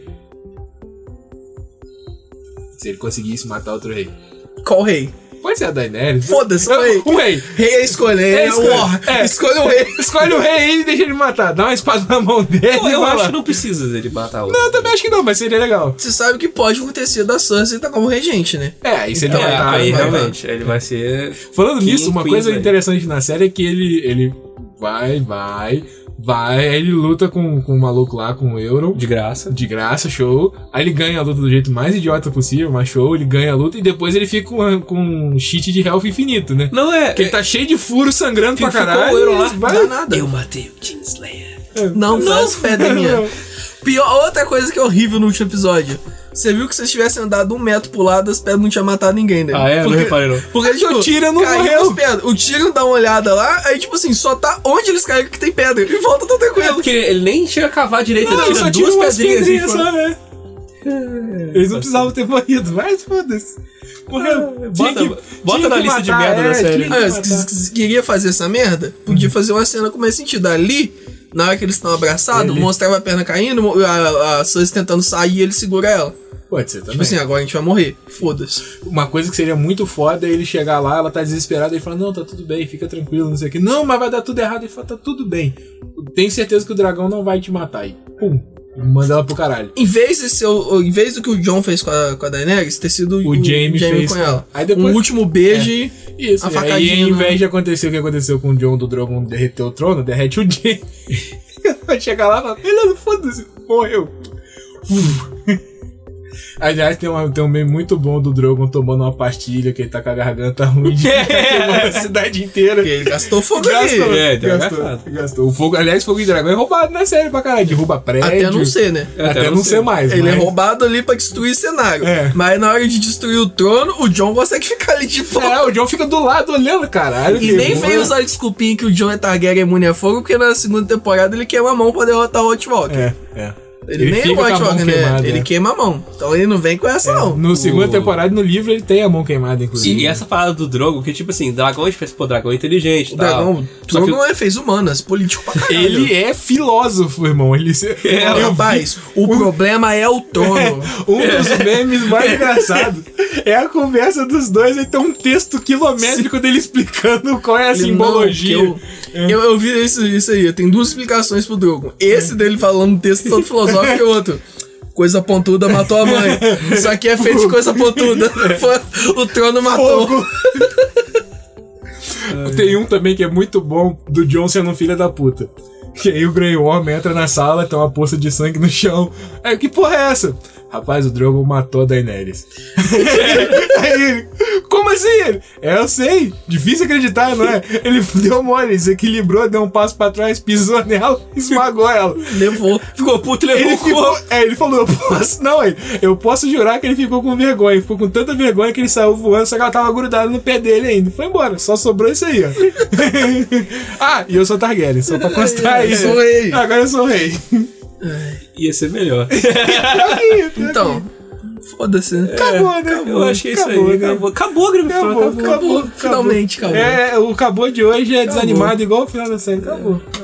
Se ele conseguisse matar outro rei. Qual rei? Pode ser a Daenerys. Foda-se, o rei. Um rei. Rei é escolher. Escolhe um rei. Escolhe o rei e deixa ele matar. Dá uma espada na mão dele. Eu acho que não precisa dele matar outro. Não, eu também acho que não, mas seria legal. Você sabe que pode acontecer da Sansa tá como regente, né? Aí se ele matar. Aí realmente, ele vai ser... Falando nisso, uma coisa interessante na série é que ele vai, aí ele luta com o maluco lá, com o Euron. De graça, show. Aí ele ganha a luta do jeito mais idiota possível, mas show. Ele ganha a luta e depois ele fica com um cheat de health infinito, né? Não é... Porque ele tá cheio de furo, sangrando pra caralho. O Euron lá. Não dá nada. Eu matei o Kingslayer. Não faz pedra minha. Pior, outra coisa que é horrível no último episódio. Você viu que se eles tivessem andado 1 metro pro lado, as pedras não tinham matado ninguém, né? Não reparei não. Porque tipo, o Tyrion não morreu. O Tyrion dá uma olhada lá, aí tipo assim, só tá onde eles caíram que tem pedra. E volta tão tranquilo. Porque ele nem chega a cavar direito, ele tira 2 pedrinhas só, né? Eles não precisavam ter morrido, mas foda-se. Morreu. Bota na lista de merda da série. Se queria fazer essa merda, podia fazer uma cena com mais sentido. Ali, na hora que eles estão abraçados, mostrava a perna caindo, a Sansa tentando sair e ele segura ela. Pode ser também. Tipo assim, agora a gente vai morrer. Foda-se. Uma coisa que seria muito foda é ele chegar lá, ela tá desesperada, e ele fala, não, tá tudo bem, fica tranquilo, não sei o que. Não, mas vai dar tudo errado. Ele fala, tá tudo bem. Tenho certeza que o dragão não vai te matar. E pum, manda ela pro caralho. Em vez do que o Jon fez com a Daenerys, ter sido o Jaime fez com ela. Aí depois, um último beijo e isso, a facadinha. Aí, ao invés de acontecer o que aconteceu com o Jon do Drogon derreter o trono, derrete o Jaime. Vai chegar lá e falar, ele foda-se, morreu. Aliás, tem um meme muito bom do Drogon tomando uma pastilha, que ele tá com a garganta ruim de queimando a cidade inteira. Porque ele gastou fogo gastou. O fogo, aliás, fogo de dragão é roubado na série pra caralho. Derruba prédio. Até não ser, né? Até não ser mais. Ele é roubado ali pra destruir cenário. Mas na hora de destruir o trono, o Jon consegue ficar ali de fogo. O Jon fica do lado olhando, caralho. E nem veio usar desculpinha que o Jon é Targaryen imune a fogo, porque na segunda temporada ele queima a mão pra derrotar o White Walker. Ele nem é o White Walker, né? Ele queima a mão. Então ele não vem com essa, não. No segunda temporada, no livro, ele tem a mão queimada, inclusive. E essa parada do Drogon, que tipo assim, dragão, a gente pensa, pô, dragão é inteligente. O Drogon fez humanas, político pra caralho. Ele é filósofo, irmão. Rapaz, o problema é o trono. Um dos memes mais engraçados é a conversa dos dois. Ele tem um texto quilométrico dele explicando qual é a simbologia. Eu vi isso aí. Eu tenho 2 explicações pro Drogon. Esse dele falando um texto todo filosófico e o outro. Coisa pontuda matou a mãe. Isso aqui é feito de coisa pontuda. O trono matou. Tem um também que é muito bom, do Jon sendo um filho da puta. Que aí o Grey Worm entra na sala, tem uma poça de sangue no chão. Aí, que porra é essa? rapaz, o Drogon matou a Daenerys. Aí ele, como assim? Ele, eu sei, difícil acreditar, não é? Ele deu mole, desequilibrou, deu um passo pra trás, pisou nela, esmagou ela. Levou. Ficou puto e levou Ele o corpo. ele falou, eu posso jurar que ele ficou com vergonha. Ele ficou com tanta vergonha que ele saiu voando, só que ela tava grudada no pé dele ainda. Foi embora, só sobrou isso aí, ó. E eu sou Targaryen, só pra constar aí. Eu sou rei. Agora eu sou rei. Ia ser melhor. Então, foda-se, né? Acabou, né? Eu acho que é isso Acabou, aí. né? Acabou Game of Thrones. Acabou. Finalmente acabou. O acabou de hoje é desanimado igual o final da série. Acabou.